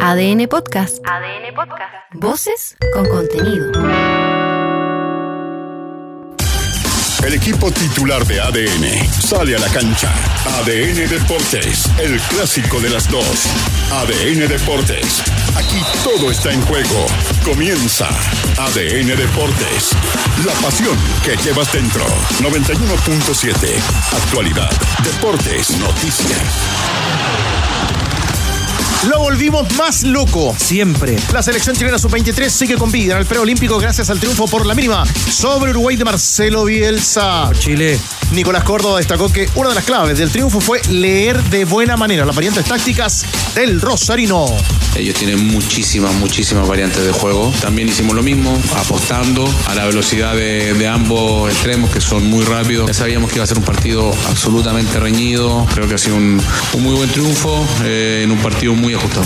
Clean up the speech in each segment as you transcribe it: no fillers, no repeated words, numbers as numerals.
ADN Podcast. ADN Podcast. Voces con contenido. El equipo titular de ADN sale a la cancha. ADN Deportes, el clásico de las dos. ADN Deportes, aquí todo está en juego. Comienza ADN Deportes, la pasión que llevas dentro. 91.7, actualidad, deportes, noticias. Lo volvimos más loco. Siempre. La selección chilena sub-23 sigue con vida en el preolímpico gracias al triunfo por la mínima sobre Uruguay de Marcelo Bielsa. Chile. Nicolás Córdoba destacó que una de las claves del triunfo fue leer de buena manera las variantes tácticas del rosarino. Ellos tienen muchísimas variantes de juego. También hicimos lo mismo, apostando a la velocidad de ambos extremos, que son muy rápidos. Ya sabíamos que iba a ser un partido absolutamente reñido. Creo que ha sido un muy buen triunfo en un partido muy ajustado.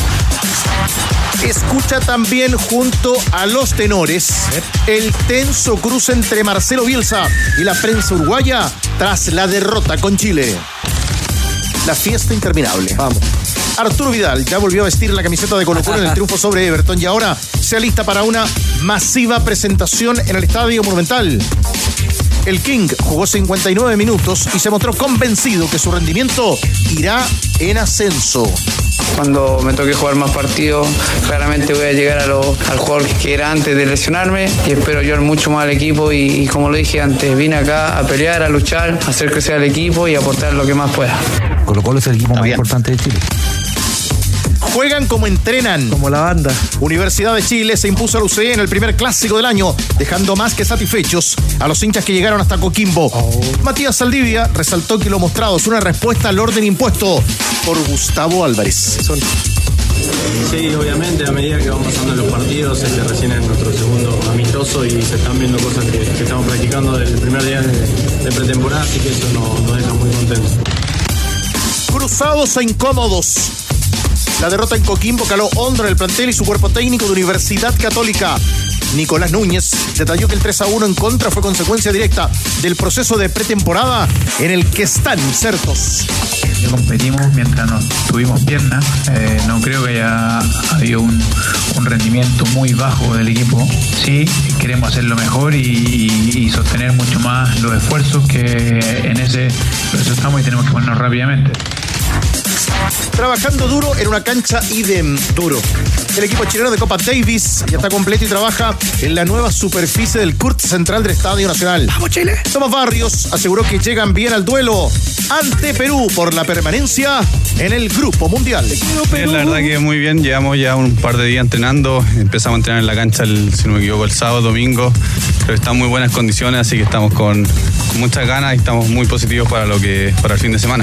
Escucha también junto a los tenores el tenso cruce entre Marcelo Bielsa y la prensa uruguaya tras la derrota con Chile. La fiesta interminable. Vamos. Arturo Vidal ya volvió a vestir la camiseta de Colo-Colo en el triunfo sobre Everton y ahora se alista para una masiva presentación en el Estadio Monumental. El King jugó 59 minutos y se mostró convencido que su rendimiento irá en ascenso. Cuando me toque jugar más partidos, claramente voy a llegar al jugador que era antes de lesionarme y espero ayudar mucho más al equipo y como lo dije antes, vine acá a pelear, a luchar, a hacer crecer al equipo y aportar lo que más pueda. Colo-Colo es el equipo más importante de Chile. Juegan como entrenan. Como la banda. Universidad de Chile se impuso a la UCE en el primer clásico del año, dejando más que satisfechos a los hinchas que llegaron hasta Coquimbo. Matías Saldivia resaltó que lo mostrado es una respuesta al orden impuesto por Gustavo Álvarez. Sí, obviamente, a medida que van pasando los partidos, recién es nuestro segundo amistoso y se están viendo cosas que estamos practicando desde el primer día de pretemporada, así que eso nos deja muy contentos. Cruzados e incómodos. La derrota en Coquimbo caló hondo en el plantel y su cuerpo técnico de Universidad Católica. Nicolás Núñez detalló que el 3-1 en contra fue consecuencia directa del proceso de pretemporada en el que están insertos. Competimos mientras no tuvimos piernas. No creo que haya habido un rendimiento muy bajo del equipo. Sí, queremos hacerlo mejor y sostener mucho más los esfuerzos que en ese proceso estamos y tenemos que ponernos rápidamente. Trabajando duro en una cancha idem duro. El equipo chileno de Copa Davis ya está completo y trabaja en la nueva superficie del CURT central del Estadio Nacional. ¡Vamos, Chile! Tomás Barrios aseguró que llegan bien al duelo ante Perú por la permanencia en el Grupo Mundial. Bien, la verdad que muy bien. Llevamos ya un par de días entrenando. Empezamos a entrenar en la cancha, si no me equivoco, el sábado, domingo. Pero están en muy buenas condiciones, así que estamos con muchas ganas y estamos muy positivos para el fin de semana.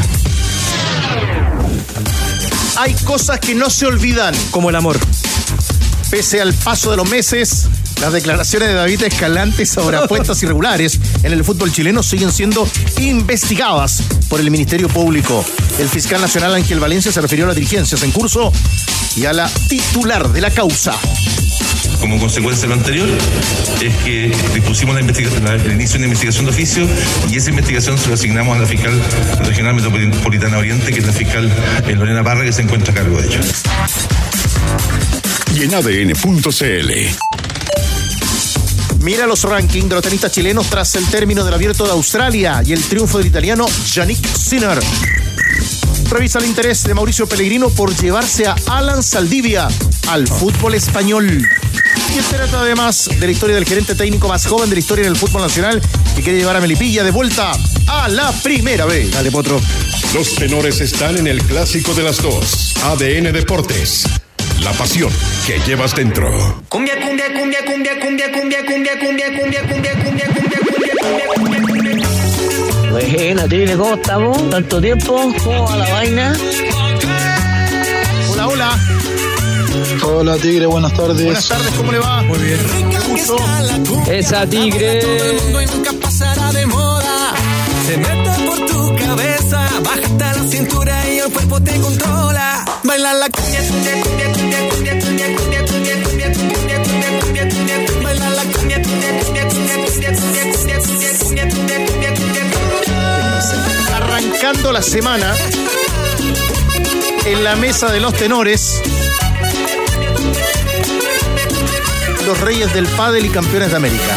Hay cosas que no se olvidan. Como el amor. Pese al paso de los meses, las declaraciones de David Escalante sobre apuestas irregulares en el fútbol chileno siguen siendo investigadas por el Ministerio Público. El fiscal nacional Ángel Valencia se refirió a las diligencias en curso y a la titular de la causa. Como consecuencia de lo anterior, es que dispusimos el inicio de una investigación de oficio y esa investigación se la asignamos a la fiscal regional metropolitana Oriente, que es la fiscal Lorena Parra, que se encuentra a cargo de ello. Y en ADN.cl. Mira los rankings de los tenistas chilenos tras el término del Abierto de Australia y el triunfo del italiano Yannick Sinner. Revisa el interés de Mauricio Pellegrino por llevarse a Alan Saldivia al fútbol español. Y entérate además de la historia del gerente técnico más joven de la historia del fútbol nacional que quiere llevar a Melipilla de vuelta a la primera vez. Dale, Potro. Los tenores están en el clásico de las dos. ADN Deportes, la pasión que llevas dentro. Cumbia, cumbia, cumbia, cumbia, cumbia, cumbia, cumbia, cumbia, cumbia, cumbia, cumbia, cumbia, cumbia, cumbia, cumbia. Buena, Tigre, ¿cómo estamos? ¿Tanto tiempo? ¿Cómo va la vaina? Hola, hola. Hola, Tigre, buenas tardes. Buenas tardes, ¿cómo le va? Muy bien. Esa, Tigre. Nunca pasará de moda. Se mete por tu cabeza, baja hasta la cintura y el cuerpo te controla. Baila la cumbia, cumbia, cumbia, cumbia, cumbia, cumbia, cumbia, cumbia, cumbia, cumbia, cumbia, cumbia, cumbia. Baila la cumbia, cumbia, cumbia, cumbia, cumbia, cumbia, cumbia, cumbia, cumbia, cumbia, cumbia. Arrancando la semana en la mesa de los tenores Los reyes del pádel y campeones de América.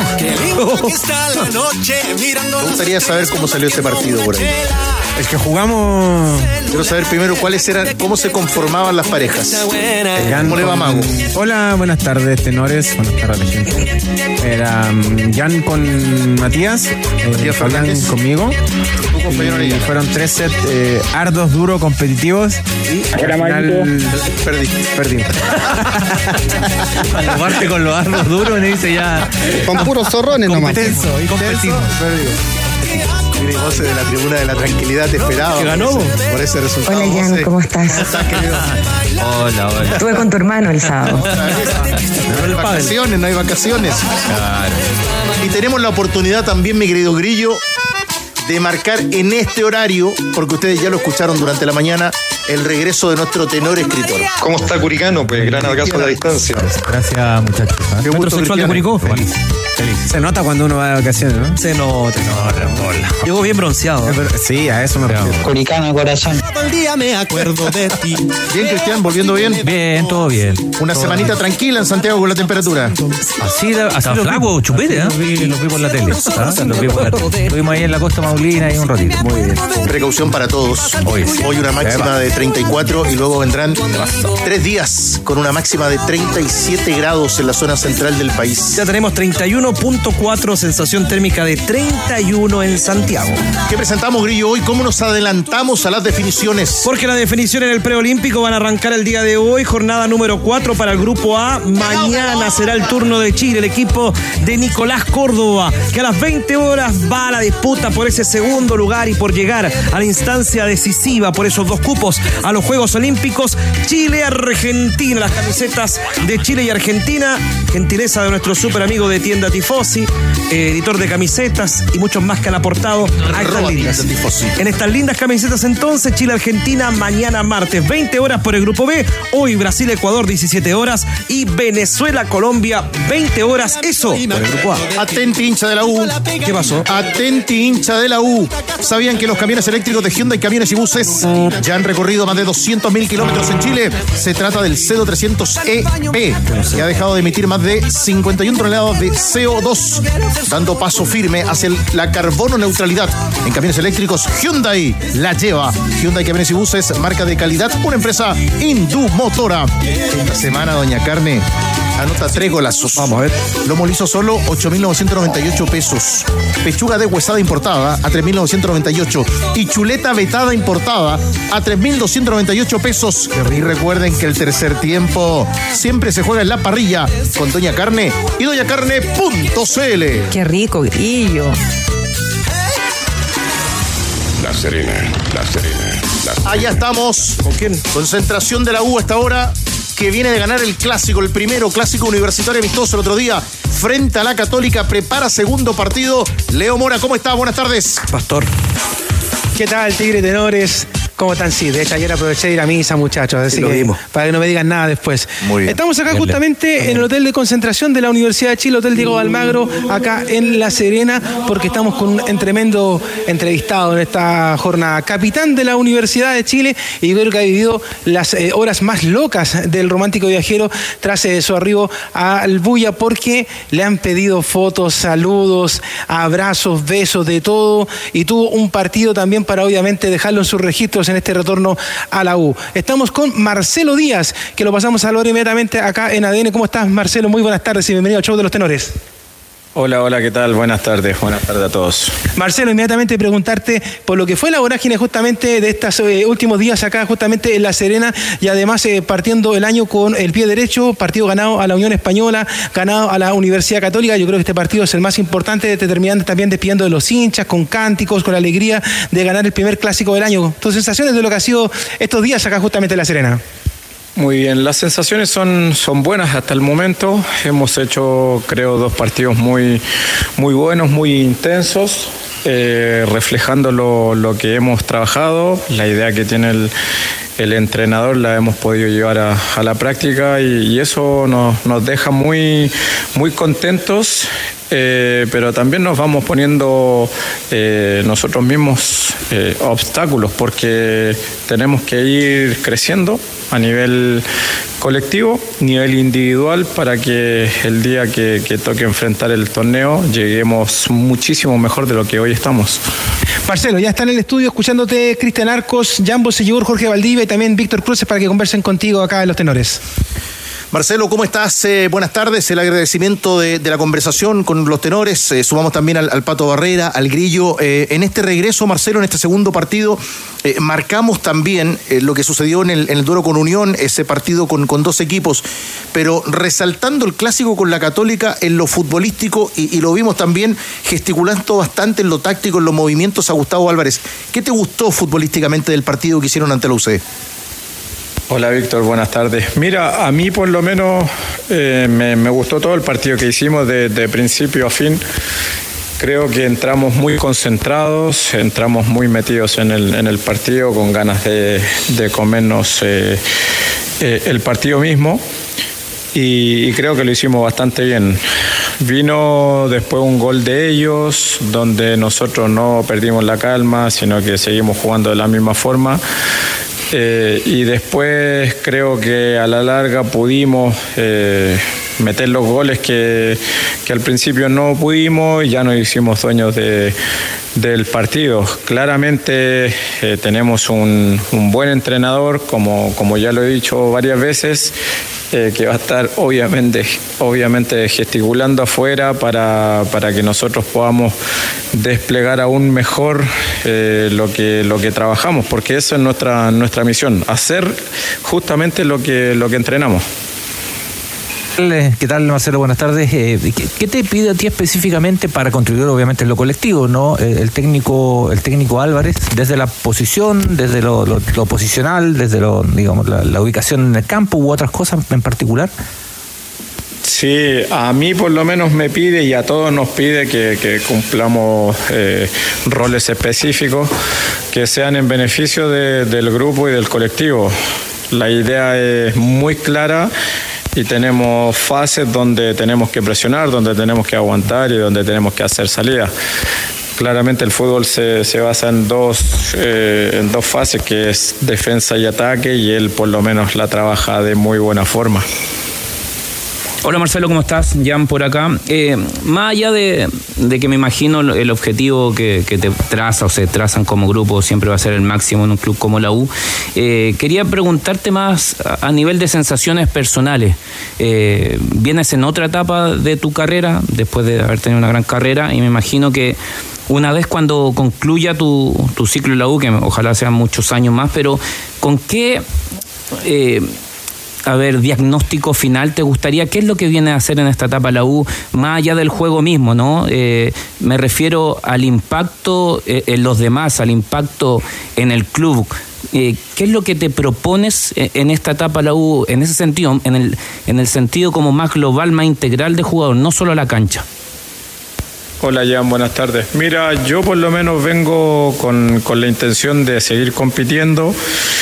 Me gustaría saber cómo salió ese partido por ahí. Es que jugamos... Quiero saber primero cómo se conformaban las parejas. ¿Cómo le va, Mago? Hola, buenas tardes, tenores. Buenas tardes, gente. Era Jan con Matías Fabián conmigo. Y fueron 3 sets ardos, duros, competitivos. Y al final perdí. Cuando parte con los ardos duros, me dice ya... Con puros zorrones nomás. Intenso, José de la tribuna de la tranquilidad te esperaba. ¿Que ganó? Por ese resultado. Hola, Jan, José. ¿cómo estás? ¿Cómo estás, querido? Hola. Estuve con tu hermano el sábado. No hay vacaciones. Claro. Y tenemos la oportunidad también, mi querido Grillo, de marcar en este horario, porque ustedes ya lo escucharon durante la mañana, el regreso de nuestro tenor escritor. ¿Cómo está Curicano? Pues gran abrazo a la distancia. Gracias, muchachos. Qué gusto, sexual de Curicó. Feliz. Se nota cuando uno va de vacaciones, ¿no? Se nota. Llegó bien bronceado. Sí, a eso me refiero. Curicano de corazón. Todo el día me acuerdo de ti. Bien, Cristian, volviendo bien. Bien, todo bien. Una semanita tranquila en Santiago con la temperatura. Así flaco, chupete, ¿eh? Lo vi por la tele. Estuvimos ahí en la Costa Maulina y un ratito. Muy bien. Precaución para todos. Hoy una máxima de 34 y luego vendrán 3 días con una máxima de 37 grados en la zona central del país. Ya tenemos 31.4, sensación térmica de 31 en Santiago. ¿Qué presentamos, Grillo, hoy? ¿Cómo nos adelantamos a las definiciones? Porque las definiciones en el preolímpico van a arrancar el día de hoy, jornada número 4 para el grupo A. Mañana será el turno de Chile, el equipo de Nicolás Córdoba, que a las 20 horas va a la disputa por ese segundo lugar y por llegar a la instancia decisiva por esos 2 cupos a los Juegos Olímpicos. Chile-Argentina, las camisetas de Chile y Argentina, gentileza de nuestro súper amigo de Tienda Tifosi, editor de camisetas y muchos más que han aportado a estas lindas. En estas lindas camisetas entonces, Chile-Argentina mañana martes 20 horas por el grupo B, hoy Brasil-Ecuador 17 horas y Venezuela-Colombia 20 horas, eso por el grupo A. Atenti, hincha de la U. ¿Qué pasó? Atenti, hincha de la U. ¿Sabían que los camiones eléctricos de Hyundai Camiones y Buses ya han recorrido más de 200.000 kilómetros en Chile? Se trata del Cedo 300EP, que ha dejado de emitir más de 51 toneladas de CO2, dando paso firme hacia la carbono neutralidad. En camiones eléctricos, Hyundai la lleva. Hyundai Camiones y Buses, marca de calidad, una empresa Indumotora. Esta semana, doña Carne anota 3 golazos. Vamos a ver. Lomo liso solo, 8.998 pesos. Pechuga deshuesada importada a 3.998. Y chuleta vetada importada a 3.298 pesos. Y recuerden que el tercer tiempo siempre se juega en la parrilla con Doña Carne y doñacarne.cl. Qué rico, Grillo. La Serena. Allá estamos. ¿Con quién? Concentración de la U a esta hora, que viene de ganar el clásico, el primero clásico universitario amistoso el otro día frente a la Católica. Prepara segundo partido. Leo Mora, ¿cómo está? Buenas tardes. Pastor. ¿Qué tal, Tigre Tenores? ¿Cómo están? Sí, de hecho ayer aproveché de ir a misa, muchachos, así que para que no me digan nada después. Muy bien. Estamos acá justamente en el hotel de concentración de la Universidad de Chile, Hotel Diego de Almagro, acá en La Serena, porque estamos con un tremendo entrevistado en esta jornada. Capitán de la Universidad de Chile, y yo creo que ha vivido las horas más locas del romántico viajero tras su arribo al Bulla, porque le han pedido fotos, saludos, abrazos, besos, de todo, y tuvo un partido también para obviamente dejarlo en sus registros en este retorno a la U. Estamos con Marcelo Díaz, que lo pasamos a hablar inmediatamente acá en ADN. ¿Cómo estás, Marcelo? Muy buenas tardes y bienvenido al Show de los Tenores. Hola, ¿qué tal? Buenas tardes a todos. Marcelo, inmediatamente preguntarte por lo que fue la vorágine justamente de estos últimos días acá justamente en La Serena, y además partiendo el año con el pie derecho, partido ganado a la Unión Española, ganado a la Universidad Católica. Yo creo que este partido es el más importante, determinante también, despidiendo de los hinchas, con cánticos, con la alegría de ganar el primer clásico del año. ¿Tus sensaciones de lo que ha sido estos días acá justamente en La Serena? Muy bien, las sensaciones son buenas hasta el momento. Hemos hecho, creo, 2 partidos muy buenos, muy intensos, reflejando lo que hemos trabajado, la idea que tiene el entrenador la hemos podido llevar a la práctica, y eso nos deja muy contentos. pero también nos vamos poniendo nosotros mismos obstáculos, porque tenemos que ir creciendo a nivel colectivo, nivel individual, para que el día que toque enfrentar el torneo lleguemos muchísimo mejor de lo que hoy estamos. Marcelo, ya está en el estudio escuchándote Cristian Arcos, Jan Bosellur, Jorge Valdivia y también Víctor Cruces para que conversen contigo acá en Los Tenores. Marcelo, ¿cómo estás? Buenas tardes. El agradecimiento de la conversación con los tenores. Sumamos también al Pato Barrera, al Grillo. En este regreso, Marcelo, en este segundo partido, marcamos también lo que sucedió en el duelo con Unión, ese partido con dos equipos, pero resaltando el clásico con la Católica en lo futbolístico y lo vimos también gesticulando bastante en lo táctico, en los movimientos a Gustavo Álvarez. ¿Qué te gustó futbolísticamente del partido que hicieron ante la UC? Hola Víctor, buenas tardes. Mira, a mí por lo menos me gustó todo el partido que hicimos de principio a fin. Creo que entramos muy concentrados, entramos muy metidos en el partido, con ganas de comernos el partido mismo, y creo que lo hicimos bastante bien. Vino después un gol de ellos, donde nosotros no perdimos la calma, sino que seguimos jugando de la misma forma. Y después creo que a la larga pudimos meter los goles que al principio no pudimos, y ya nos hicimos dueños del partido. Claramente tenemos un buen entrenador, como ya lo he dicho varias veces, que va a estar obviamente gesticulando afuera para que nosotros podamos desplegar aún mejor lo que trabajamos, porque eso es nuestra misión, hacer justamente lo que entrenamos. ¿Qué tal, Marcelo? Buenas tardes. ¿Qué te pide a ti específicamente para contribuir, obviamente, en lo colectivo, ¿no? El técnico Álvarez, desde la posición, desde lo posicional, desde la ubicación en el campo u otras cosas en particular? Sí, a mí por lo menos me pide, y a todos nos pide, que cumplamos roles específicos que sean en beneficio del grupo y del colectivo. La idea es muy clara, y tenemos fases donde tenemos que presionar, donde tenemos que aguantar y donde tenemos que hacer salida. Claramente el fútbol se basa en dos fases, que es defensa y ataque, y él por lo menos la trabaja de muy buena forma. Hola Marcelo, ¿cómo estás? Jan por acá. Más allá de que me imagino el objetivo que te traza o se trazan como grupo siempre va a ser el máximo en un club como la U, quería preguntarte más a nivel de sensaciones personales. Vienes en otra etapa de tu carrera, después de haber tenido una gran carrera, y me imagino que una vez cuando concluya tu ciclo en la U, que ojalá sean muchos años más, pero ¿con qué diagnóstico final te gustaría? ¿Qué es lo que viene a hacer en esta etapa la U, más allá del juego mismo, ¿no? Me refiero al impacto en los demás, al impacto en el club. ¿Qué es lo que te propones en esta etapa la U, en ese sentido, en el sentido como más global, más integral de jugador, no solo a la cancha? Hola Jan, buenas tardes. Mira, yo por lo menos vengo con la intención de seguir compitiendo,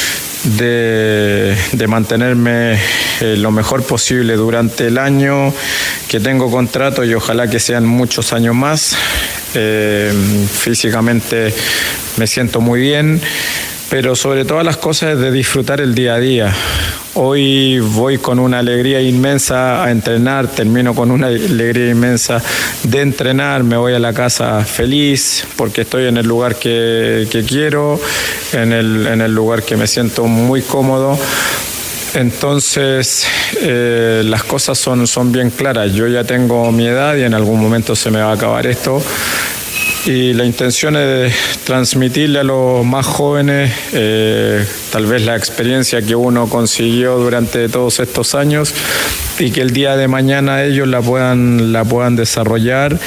de mantenerme lo mejor posible durante el año que tengo contrato, y ojalá que sean muchos años más. Físicamente me siento muy bien, pero sobre todas las cosas es de disfrutar el día a día. Hoy voy con una alegría inmensa a entrenar, termino con una alegría inmensa de entrenar, me voy a la casa feliz porque estoy en el lugar que quiero, en el lugar que me siento muy cómodo. Entonces las cosas son bien claras. Yo ya tengo mi edad y en algún momento se me va a acabar esto. Y la intención es transmitirle a los más jóvenes tal vez la experiencia que uno consiguió durante todos estos años, y que el día de mañana ellos la puedan desarrollar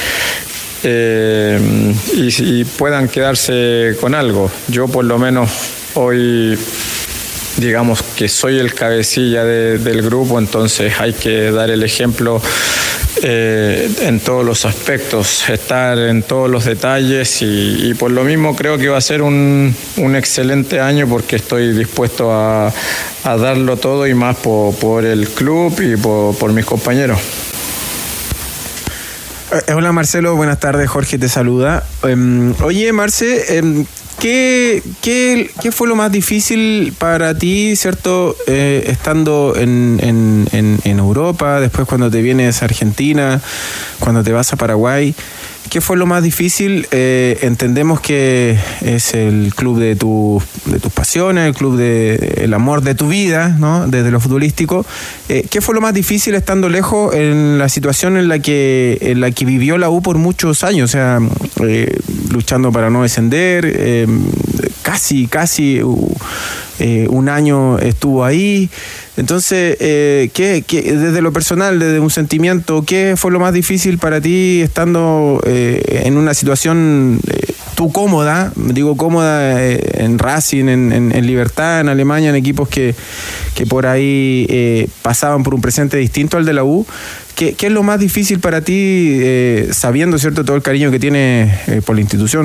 y puedan quedarse con algo. Yo por lo menos hoy, digamos que soy el cabecilla del grupo, entonces hay que dar el ejemplo en todos los aspectos, estar en todos los detalles, y por lo mismo creo que va a ser un excelente año, porque estoy dispuesto a darlo todo y más por el club y por mis compañeros. Hola Marcelo, buenas tardes, Jorge te saluda. Oye Marce, ¿qué fue lo más difícil para ti, cierto, estando en Europa, después cuando te vienes a Argentina, cuando te vas a Paraguay? ¿Qué fue lo más difícil? Entendemos que es el club de tus pasiones, el club el amor de tu vida, ¿no? Desde lo futbolístico. ¿Qué fue lo más difícil estando lejos en la situación en la que vivió la U por muchos años? O sea, luchando para no descender, casi un año estuvo ahí. Entonces, ¿qué desde lo personal, desde un sentimiento, qué fue lo más difícil para ti estando en una situación tú cómoda, digo cómoda en Racing, en Libertad, en Alemania, en equipos que por ahí pasaban por un presente distinto al de la U? ¿Qué es lo más difícil para ti, sabiendo, cierto, todo el cariño que tienes por la institución?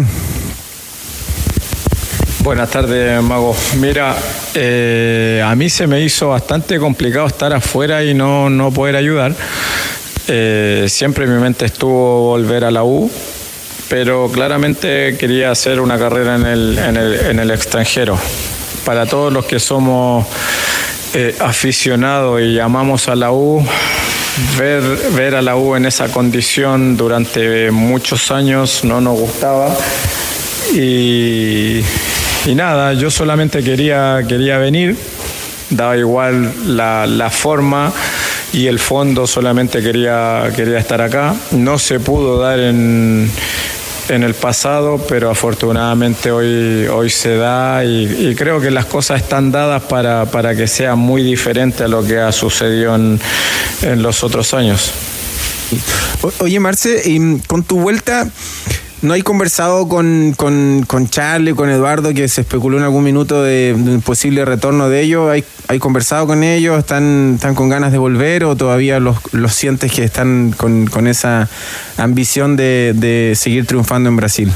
Buenas tardes, Mago. Mira, a mí se me hizo bastante complicado estar afuera y no poder ayudar. Siempre en mi mente estuvo volver a la U, pero claramente quería hacer una carrera en el extranjero. Para todos los que somos aficionados y amamos a la U, ver a la U en esa condición durante muchos años no nos gustaba. Y nada, yo solamente quería venir, daba igual la forma y el fondo, solamente quería estar acá. No se pudo dar en el pasado, pero afortunadamente hoy se da y creo que las cosas están dadas para que sea muy diferente a lo que ha sucedido en los otros años. Oye Marce, con tu vuelta, ¿no hay conversado con Charlie, con Eduardo, que se especuló en algún minuto de un posible retorno de ellos? ¿Hay conversado con ellos? ¿Están con ganas de volver o todavía los sientes que están con esa ambición de seguir triunfando en Brasil?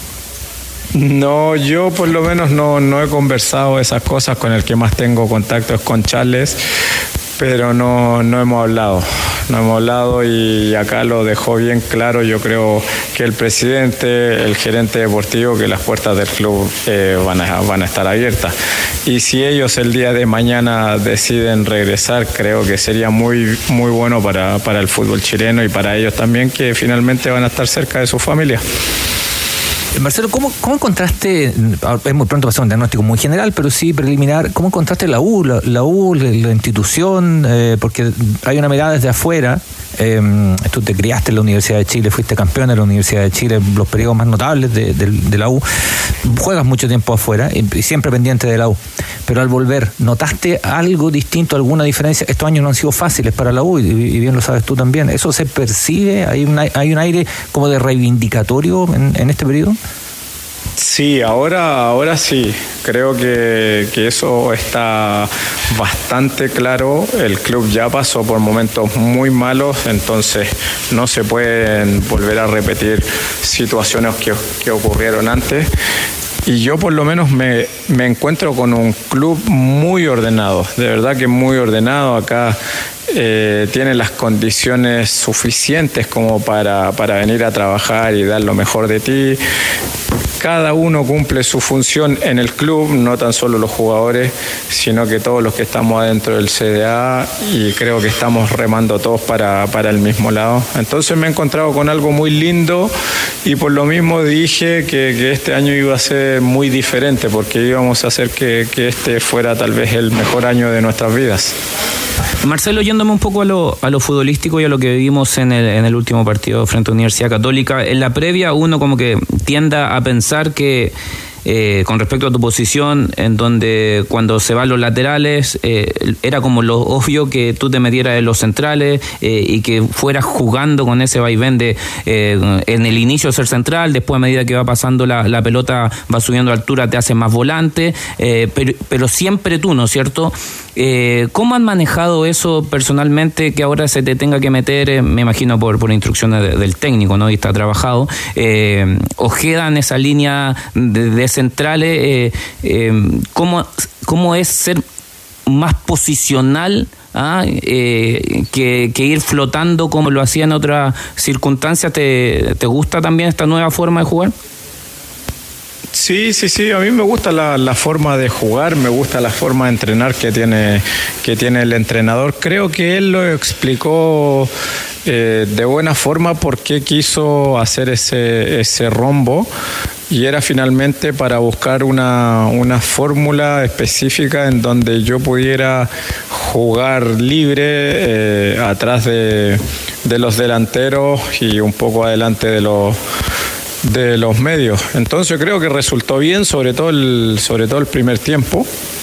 No, yo por lo menos no he conversado esas cosas. Con el que más tengo contacto es con Charles, pero no hemos hablado. No hemos hablado y acá lo dejó bien claro. Yo creo que el presidente, el gerente deportivo, que las puertas del club van a estar abiertas. Y si ellos el día de mañana deciden regresar, creo que sería muy, muy bueno para el fútbol chileno y para ellos también, que finalmente van a estar cerca de su familia. Marcelo, ¿cómo encontraste, es muy pronto para hacer un diagnóstico muy general, pero sí preliminar, cómo encontraste la U, la institución? Porque hay una mirada desde afuera. Tú te criaste en la Universidad de Chile, fuiste campeón de la Universidad de Chile en los periodos más notables de la U, juegas mucho tiempo afuera y siempre pendiente de la U, pero al volver, ¿notaste algo distinto, alguna diferencia? Estos años no han sido fáciles para la U y bien lo sabes tú también. ¿Eso se percibe? ¿Hay un aire como de reivindicatorio en este periodo? Sí, ahora sí. Creo que eso está bastante claro. El club ya pasó por momentos muy malos, entonces no se pueden volver a repetir situaciones que ocurrieron antes. Y yo por lo menos me encuentro con un club muy ordenado, de verdad que muy ordenado. Acá tiene las condiciones suficientes como para venir a trabajar y dar lo mejor de ti. Cada uno cumple su función en el club, no tan solo los jugadores, sino que todos los que estamos adentro del CDA, y creo que estamos remando todos para el mismo lado. Entonces me he encontrado con algo muy lindo y por lo mismo dije que este año iba a ser muy diferente, porque íbamos a hacer que este fuera tal vez el mejor año de nuestras vidas. Marcelo, yéndome un poco a lo futbolístico y a lo que vivimos en el último partido frente a Universidad Católica, en la previa uno como que tienda a pensar que con respecto a tu posición, en donde cuando se van los laterales era como lo obvio que tú te metieras en los centrales y que fueras jugando con ese vaivén de en el inicio ser central, después a medida que va pasando la pelota va subiendo altura, te hace más volante, pero siempre tú, ¿no es cierto? ¿Cómo han manejado eso personalmente, que ahora se te tenga que meter, me imagino por instrucciones del técnico, ¿no? Y está trabajado, Ojeda en esa línea de centrales, ¿cómo es ser más posicional que ir flotando como lo hacía en otras circunstancias. ¿Te gusta también esta nueva forma de jugar? Sí, a mí me gusta la forma de jugar, me gusta la forma de entrenar que tiene el entrenador. Creo que él lo explicó de buena forma por qué quiso hacer ese rombo, y era finalmente para buscar una fórmula específica en donde yo pudiera jugar libre atrás de los delanteros y un poco adelante de los medios. Entonces creo que resultó bien, sobre todo el primer tiempo.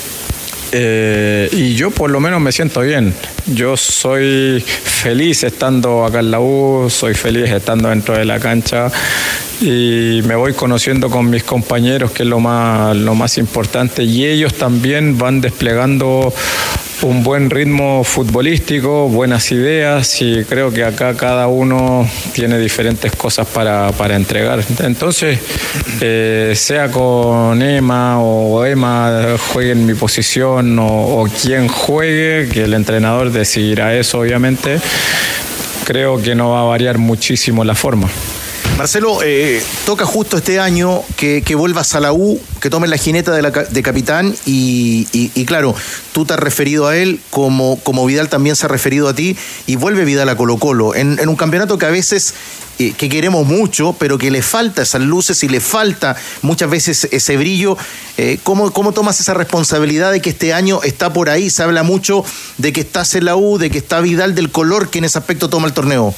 Y yo por lo menos me siento bien. Yo soy feliz estando acá en la U, soy feliz estando dentro de la cancha, y me voy conociendo con mis compañeros, que es lo más importante, y ellos también van desplegando un buen ritmo futbolístico, buenas ideas, y creo que acá cada uno tiene diferentes cosas para entregar. Entonces, sea con Emma o Emma juegue en mi posición o quien juegue, que el entrenador decidirá eso, obviamente, creo que no va a variar muchísimo la forma. Marcelo, toca justo este año que vuelvas a la U, que tomes la jineta de capitán y claro, tú te has referido a él como Vidal también se ha referido a ti, y vuelve Vidal a Colo-Colo en un campeonato que a veces que queremos mucho, pero que le falta esas luces y le falta muchas veces ese brillo. ¿Cómo tomas esa responsabilidad de que este año está por ahí? Se habla mucho de que estás en la U, de que está Vidal, del color que en ese aspecto toma el torneo.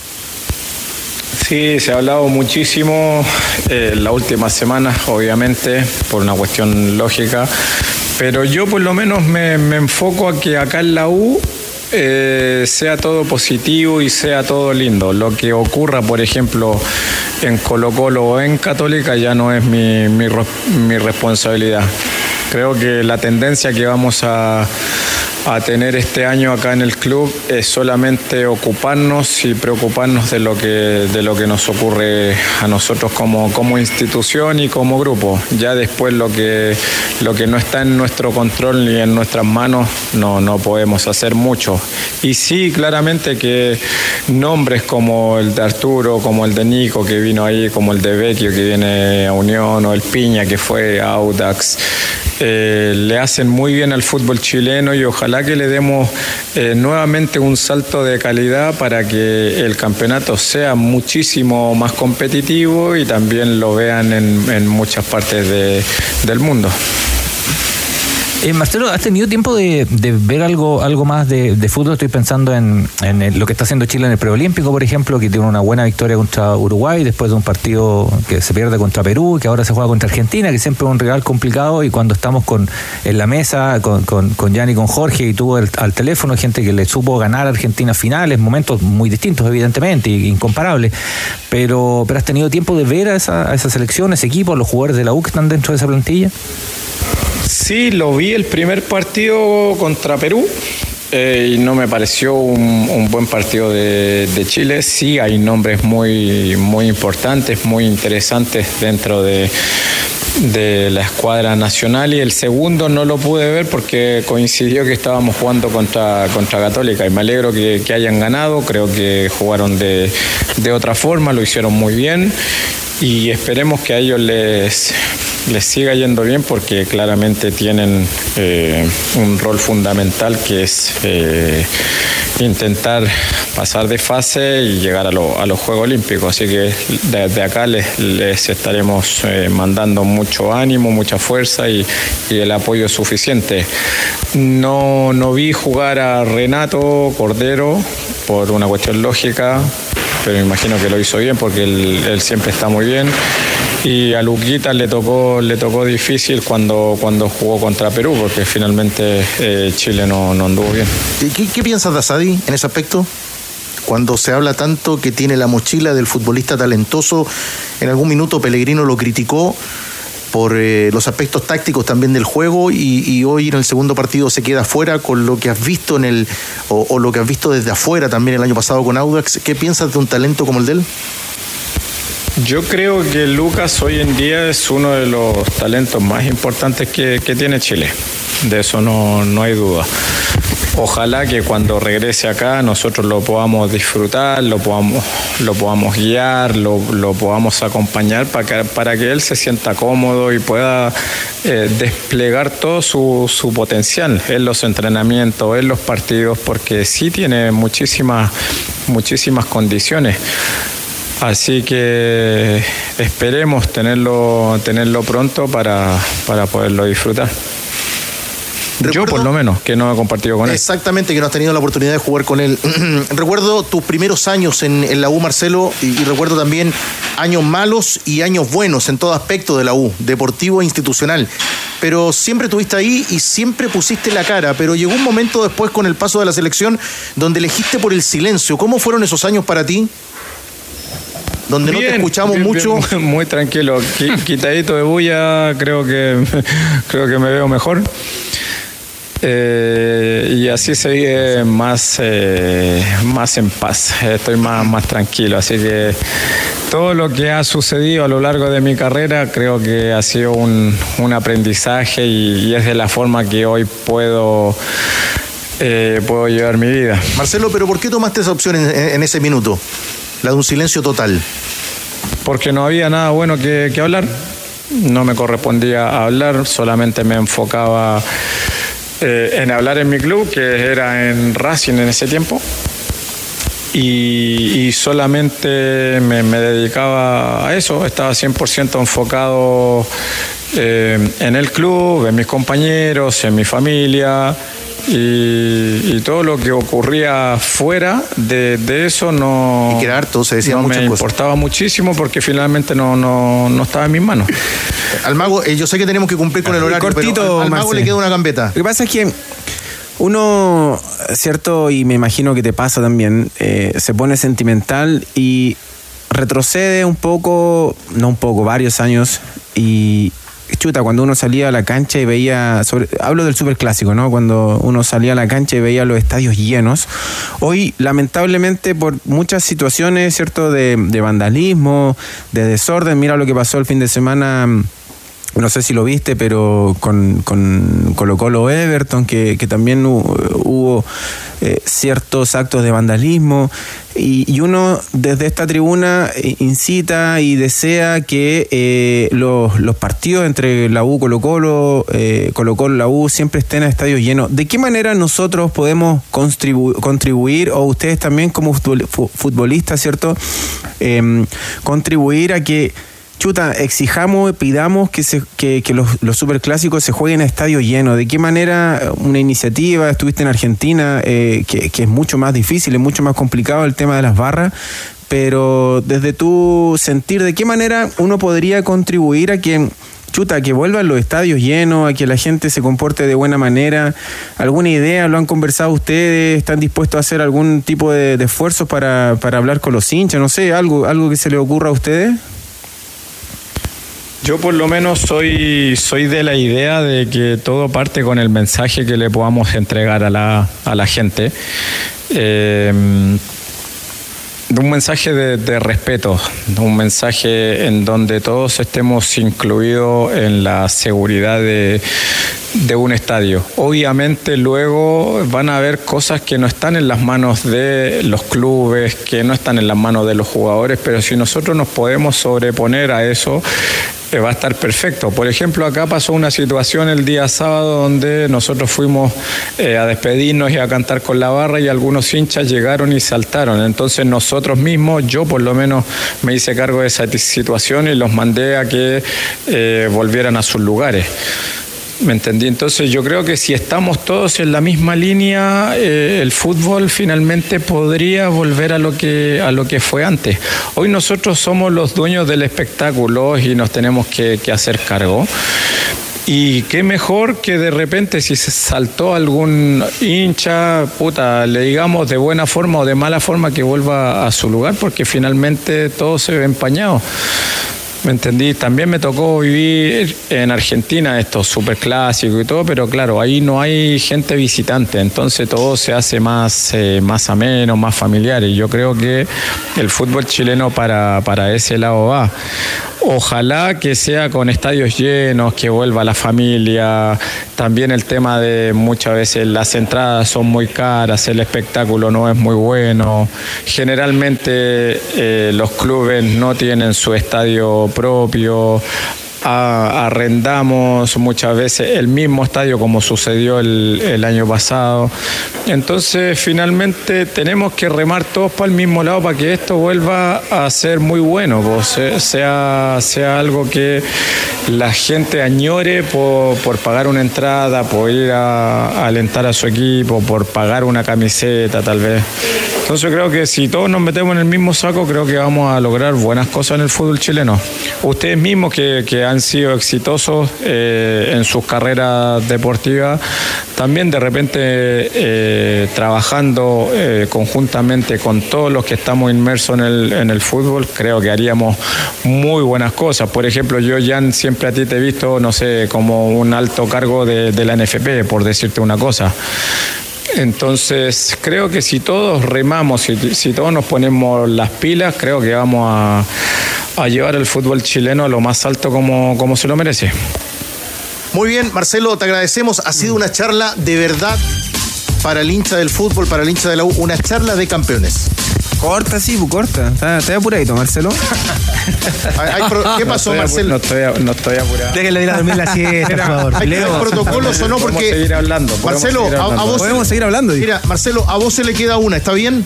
Sí, se ha hablado muchísimo las últimas semanas, obviamente, por una cuestión lógica, pero yo por lo menos me enfoco a que acá en la U sea todo positivo y sea todo lindo. Lo que ocurra, por ejemplo, en Colo-Colo o en Católica ya no es mi responsabilidad. Creo que la tendencia que vamos a tener este año acá en el club es solamente ocuparnos y preocuparnos de lo que nos ocurre a nosotros como institución y como grupo. Ya después lo que no está en nuestro control ni en nuestras manos no podemos hacer mucho. Y sí, claramente que nombres como el de Arturo, como el de Nico que vino ahí, como el de Vecchio que viene a Unión, o el Piña que fue a Audax, le hacen muy bien al fútbol chileno, y ojalá que le demos nuevamente un salto de calidad para que el campeonato sea muchísimo más competitivo y también lo vean en muchas partes del mundo. Marcelo, ¿has tenido tiempo de ver algo más de fútbol? Estoy pensando en lo que está haciendo Chile en el preolímpico, por ejemplo, que tiene una buena victoria contra Uruguay después de un partido que se pierde contra Perú, que ahora se juega contra Argentina, que siempre es un rival complicado, y cuando estamos en la mesa con Jan y con Jorge, y tuvo al teléfono gente que le supo ganar a Argentina finales, momentos muy distintos evidentemente, incomparables, pero ¿has tenido tiempo de ver a esa selección, ese equipo, los jugadores de la U que están dentro de esa plantilla? Sí, lo vi el primer partido contra Perú y no me pareció un buen partido de Chile. Sí, hay nombres muy, muy importantes, muy interesantes dentro de la escuadra nacional, y el segundo no lo pude ver porque coincidió que estábamos jugando contra Católica, y me alegro que hayan ganado. Creo que jugaron de otra forma, lo hicieron muy bien, y esperemos que a ellos les siga yendo bien, porque claramente tienen un rol fundamental, que es intentar pasar de fase y llegar a los Juegos Olímpicos. Así que desde acá les estaremos mandando mucho ánimo, mucha fuerza y el apoyo suficiente. No vi jugar a Renato Cordero por una cuestión lógica, pero me imagino que lo hizo bien porque él siempre está muy bien. Y a Luquita le tocó difícil cuando jugó contra Perú, porque finalmente Chile no anduvo bien. ¿Qué piensas de Asadi en ese aspecto? Cuando se habla tanto que tiene la mochila del futbolista talentoso, en algún minuto Pellegrino lo criticó por los aspectos tácticos también del juego, y hoy en el segundo partido se queda fuera con lo que has visto o lo que has visto desde afuera también el año pasado con Audax. ¿Qué piensas de un talento como el de él? Yo creo que Lucas hoy en día es uno de los talentos más importantes que tiene Chile. De eso no hay duda. Ojalá que cuando regrese acá nosotros lo podamos disfrutar, lo podamos guiar, lo podamos acompañar para que él se sienta cómodo y pueda desplegar todo su potencial en los entrenamientos, en los partidos, porque sí tiene muchísimas condiciones. Así que esperemos tenerlo pronto para poderlo disfrutar. Yo por lo menos, que no he compartido con él. Exactamente, que no has tenido la oportunidad de jugar con él. Recuerdo tus primeros años en la U, Marcelo, y recuerdo también años malos y años buenos en todo aspecto de la U, deportivo e institucional. Pero siempre estuviste ahí y siempre pusiste la cara, pero llegó un momento después con el paso de la selección donde elegiste por el silencio. ¿Cómo fueron esos años para ti? Donde bien, no te escuchamos mucho. Bien, muy tranquilo, quitadito de bulla, creo que me veo mejor. Y así seguí más en paz, estoy más tranquilo, así que todo lo que ha sucedido a lo largo de mi carrera creo que ha sido un aprendizaje y es de la forma que hoy puedo llevar mi vida. Marcelo, ¿pero por qué tomaste esa opción en ese minuto? La de un silencio total. Porque no había nada bueno que hablar, no me correspondía hablar, solamente me enfocaba en hablar en mi club, que era en Racing en ese tiempo, y solamente me dedicaba a eso, estaba 100% enfocado en el club, en mis compañeros, en mi familia, y todo lo que ocurría fuera de eso no, y que era harto, se decía no muchas me cosas. Importaba muchísimo porque finalmente no estaba en mis manos. Al Mago, yo sé que tenemos que cumplir con el horario, cortito, pero al Mago le queda una gambeta. Lo que pasa es que uno, cierto, y me imagino que te pasa también, se pone sentimental y retrocede varios años, y chuta, cuando uno salía a la cancha y veía, hablo del superclásico, ¿no? Cuando uno salía a la cancha y veía los estadios llenos. Hoy, lamentablemente, por muchas situaciones, ¿cierto?, de vandalismo, de desorden. Mira lo que pasó el fin de semana, no sé si lo viste, pero con Colo-Colo Everton, que también hubo ciertos actos de vandalismo, y uno desde esta tribuna incita y desea que los partidos entre la U, Colo-Colo, Colo-Colo, la U, siempre estén a estadios llenos. ¿De qué manera nosotros podemos contribuir, o ustedes también como futbolistas, ¿cierto?, contribuir a que exijamos, pidamos que los superclásicos se jueguen a estadio lleno? ¿De qué manera una iniciativa? Estuviste en Argentina, que es mucho más difícil, es mucho más complicado el tema de las barras, pero desde tu sentir, ¿de qué manera uno podría contribuir a que vuelvan los estadios llenos, a que la gente se comporte de buena manera? ¿Alguna idea? ¿Lo han conversado ustedes? ¿Están dispuestos a hacer algún tipo de esfuerzos para hablar con los hinchas? No sé, algo que se les ocurra a ustedes. Yo por lo menos soy de la idea de que todo parte con el mensaje que le podamos entregar a la gente. De un mensaje de respeto, de un mensaje en donde todos estemos incluidos en la seguridad de un estadio. Obviamente luego van a haber cosas que no están en las manos de los clubes, que no están en las manos de los jugadores, pero si nosotros nos podemos sobreponer a eso, va a estar perfecto. Por ejemplo, acá pasó una situación el día sábado donde nosotros fuimos a despedirnos y a cantar con la barra, y algunos hinchas llegaron y saltaron. Entonces nosotros mismos, yo por lo menos me hice cargo de esa situación y los mandé a que volvieran a sus lugares. ¿Me entendí? Entonces yo creo que si estamos todos en la misma línea, el fútbol finalmente podría volver a lo que fue antes. Hoy nosotros somos los dueños del espectáculo y nos tenemos que hacer cargo. Y qué mejor que de repente, si se saltó algún hincha, le digamos de buena forma o de mala forma que vuelva a su lugar, porque finalmente todo se ve empañado. ¿Me entendí? También me tocó vivir en Argentina estos superclásicos y todo, pero claro, ahí no hay gente visitante, entonces todo se hace más ameno, más familiar, y yo creo que el fútbol chileno para ese lado va. Ojalá que sea con estadios llenos, que vuelva la familia. También el tema de muchas veces las entradas son muy caras, el espectáculo no es muy bueno. Generalmente los clubes no tienen su estadio propio. Arrendamos muchas veces el mismo estadio como sucedió el año pasado. Entonces finalmente tenemos que remar todos para el mismo lado para que esto vuelva a ser muy bueno, pues, sea algo que la gente añore por pagar una entrada, por ir a alentar a su equipo, por pagar una camiseta tal vez. Entonces creo que si todos nos metemos en el mismo saco, creo que vamos a lograr buenas cosas en el fútbol chileno. Ustedes mismos que han sido exitosos en sus carreras deportivas, también de repente trabajando conjuntamente con todos los que estamos inmersos en el fútbol, creo que haríamos muy buenas cosas. Por ejemplo, yo, Jan, siempre a ti te he visto, no sé, como un alto cargo de la NFP, por decirte una cosa. Entonces creo que si todos remamos, si todos nos ponemos las pilas, creo que vamos a llevar el fútbol chileno a lo más alto como se lo merece. Muy bien, Marcelo, te agradecemos. Ha sido una charla de verdad para el hincha del fútbol, para el hincha de la U, una charla de campeones. Corta, sí, corta. Está apuradito, Marcelo. ¿Qué pasó, Marcelo? No estoy apurado. Déjenle ir a dormir la siesta, por favor. ¿Hay protocolos o no? Porque podemos seguir hablando. Marcelo, a vos podemos seguir hablando. Mira, Marcelo, a vos se le queda una, ¿está bien?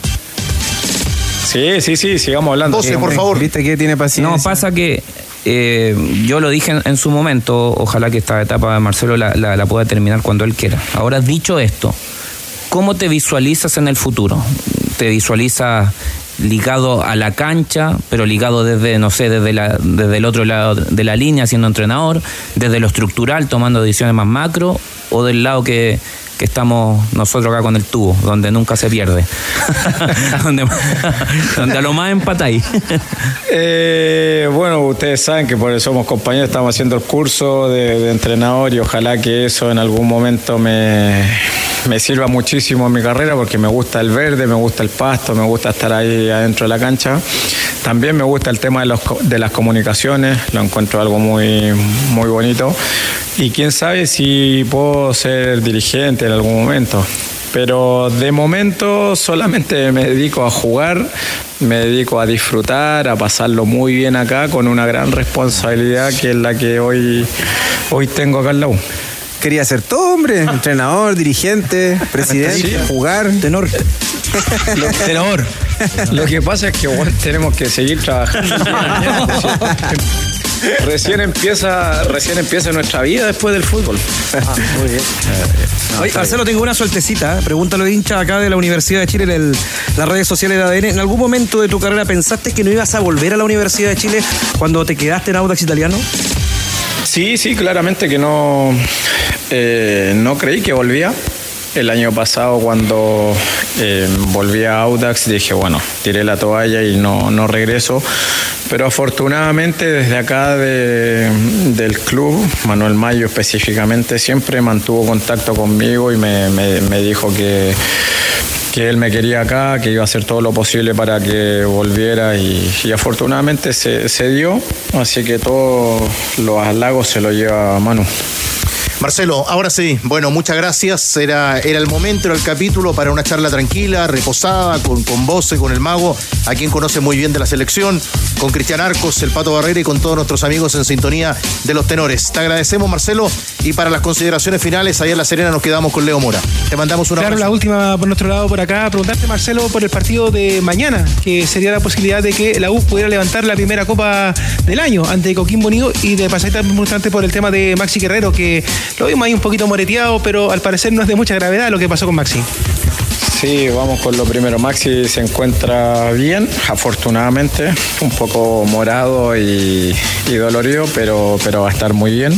Sí, sigamos hablando. 12, por favor. ¿Viste que tiene paciencia? No, pasa que yo lo dije en su momento, ojalá que esta etapa de Marcelo la pueda terminar cuando él quiera. Ahora, dicho esto, ¿cómo te visualizas en el futuro? ¿Te visualizas ligado a la cancha, pero ligado desde el otro lado de la línea, siendo entrenador, desde lo estructural, tomando decisiones más macro, o del lado que estamos nosotros acá con el tubo, donde nunca se pierde? donde a lo más empatáis. Bueno, ustedes saben que por eso somos compañeros, estamos haciendo el curso de entrenador y ojalá que eso en algún momento me sirva muchísimo en mi carrera, porque me gusta el verde, me gusta el pasto, me gusta estar ahí adentro de la cancha. También me gusta el tema de las comunicaciones, lo encuentro algo muy, muy bonito. Y quién sabe si puedo ser dirigente en algún momento. Pero de momento solamente me dedico a jugar, me dedico a disfrutar, a pasarlo muy bien acá, con una gran responsabilidad que es la que hoy tengo acá en la U. Quería ser todo, hombre. Entrenador, dirigente, presidente, jugar. Tenor. Tenor. Lo que pasa es que tenemos que seguir trabajando. Recién empieza nuestra vida después del fútbol. Muy bien. Oye, Marcelo, tengo una sueltecita. Pregúntalo, hincha acá de la Universidad de Chile en las redes sociales de ADN. ¿En algún momento de tu carrera pensaste que no ibas a volver a la Universidad de Chile cuando te quedaste en Audax Italiano? Sí, claramente que no creí que volvía. El año pasado cuando volví a Audax dije, bueno, tiré la toalla y no regreso. Pero afortunadamente desde acá del club, Manuel Mayo específicamente, siempre mantuvo contacto conmigo y me dijo que él me quería acá, que iba a hacer todo lo posible para que volviera y afortunadamente se dio. Así que todos los halagos se los lleva Manu. Marcelo, ahora sí, bueno, muchas gracias. Era el momento, era el capítulo para una charla tranquila, reposada, con Voce, con el Mago, a quien conoce muy bien de la selección, con Cristian Arcos, el Pato Barrera y con todos nuestros amigos en sintonía de los tenores. Te agradecemos, Marcelo, y para las consideraciones finales, allá en La Serena nos quedamos con Leo Mora. Te mandamos una Claro, la última por nuestro lado por acá, preguntarte, Marcelo, por el partido de mañana, que sería la posibilidad de que la U pudiera levantar la primera Copa del año ante Coquimbo Unido, y de pasar también importante por el tema de Maxi Guerrero, que lo vimos ahí un poquito moreteado, pero al parecer no es de mucha gravedad lo que pasó con Maxi. Sí, vamos con lo primero. Maxi se encuentra bien, afortunadamente, un poco morado y dolorido, pero va a estar muy bien.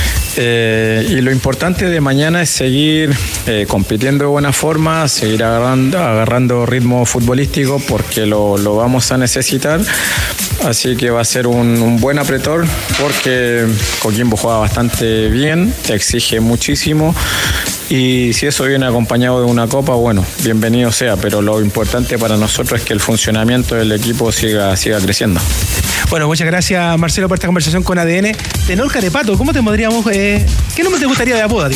Y lo importante de mañana es seguir compitiendo de buena forma, seguir agarrando ritmo futbolístico, porque lo vamos a necesitar. Así que va a ser un buen apretón, porque Coquimbo juega bastante bien, te exige muchísimo. Y si eso viene acompañado de una copa, bueno, bienvenido sea, pero lo importante para nosotros es que el funcionamiento del equipo siga creciendo. Bueno, muchas gracias, Marcelo, por esta conversación con ADN. Tenor Carepato, ¿cómo te podríamos... ¿qué nombre te gustaría de apodo, tío?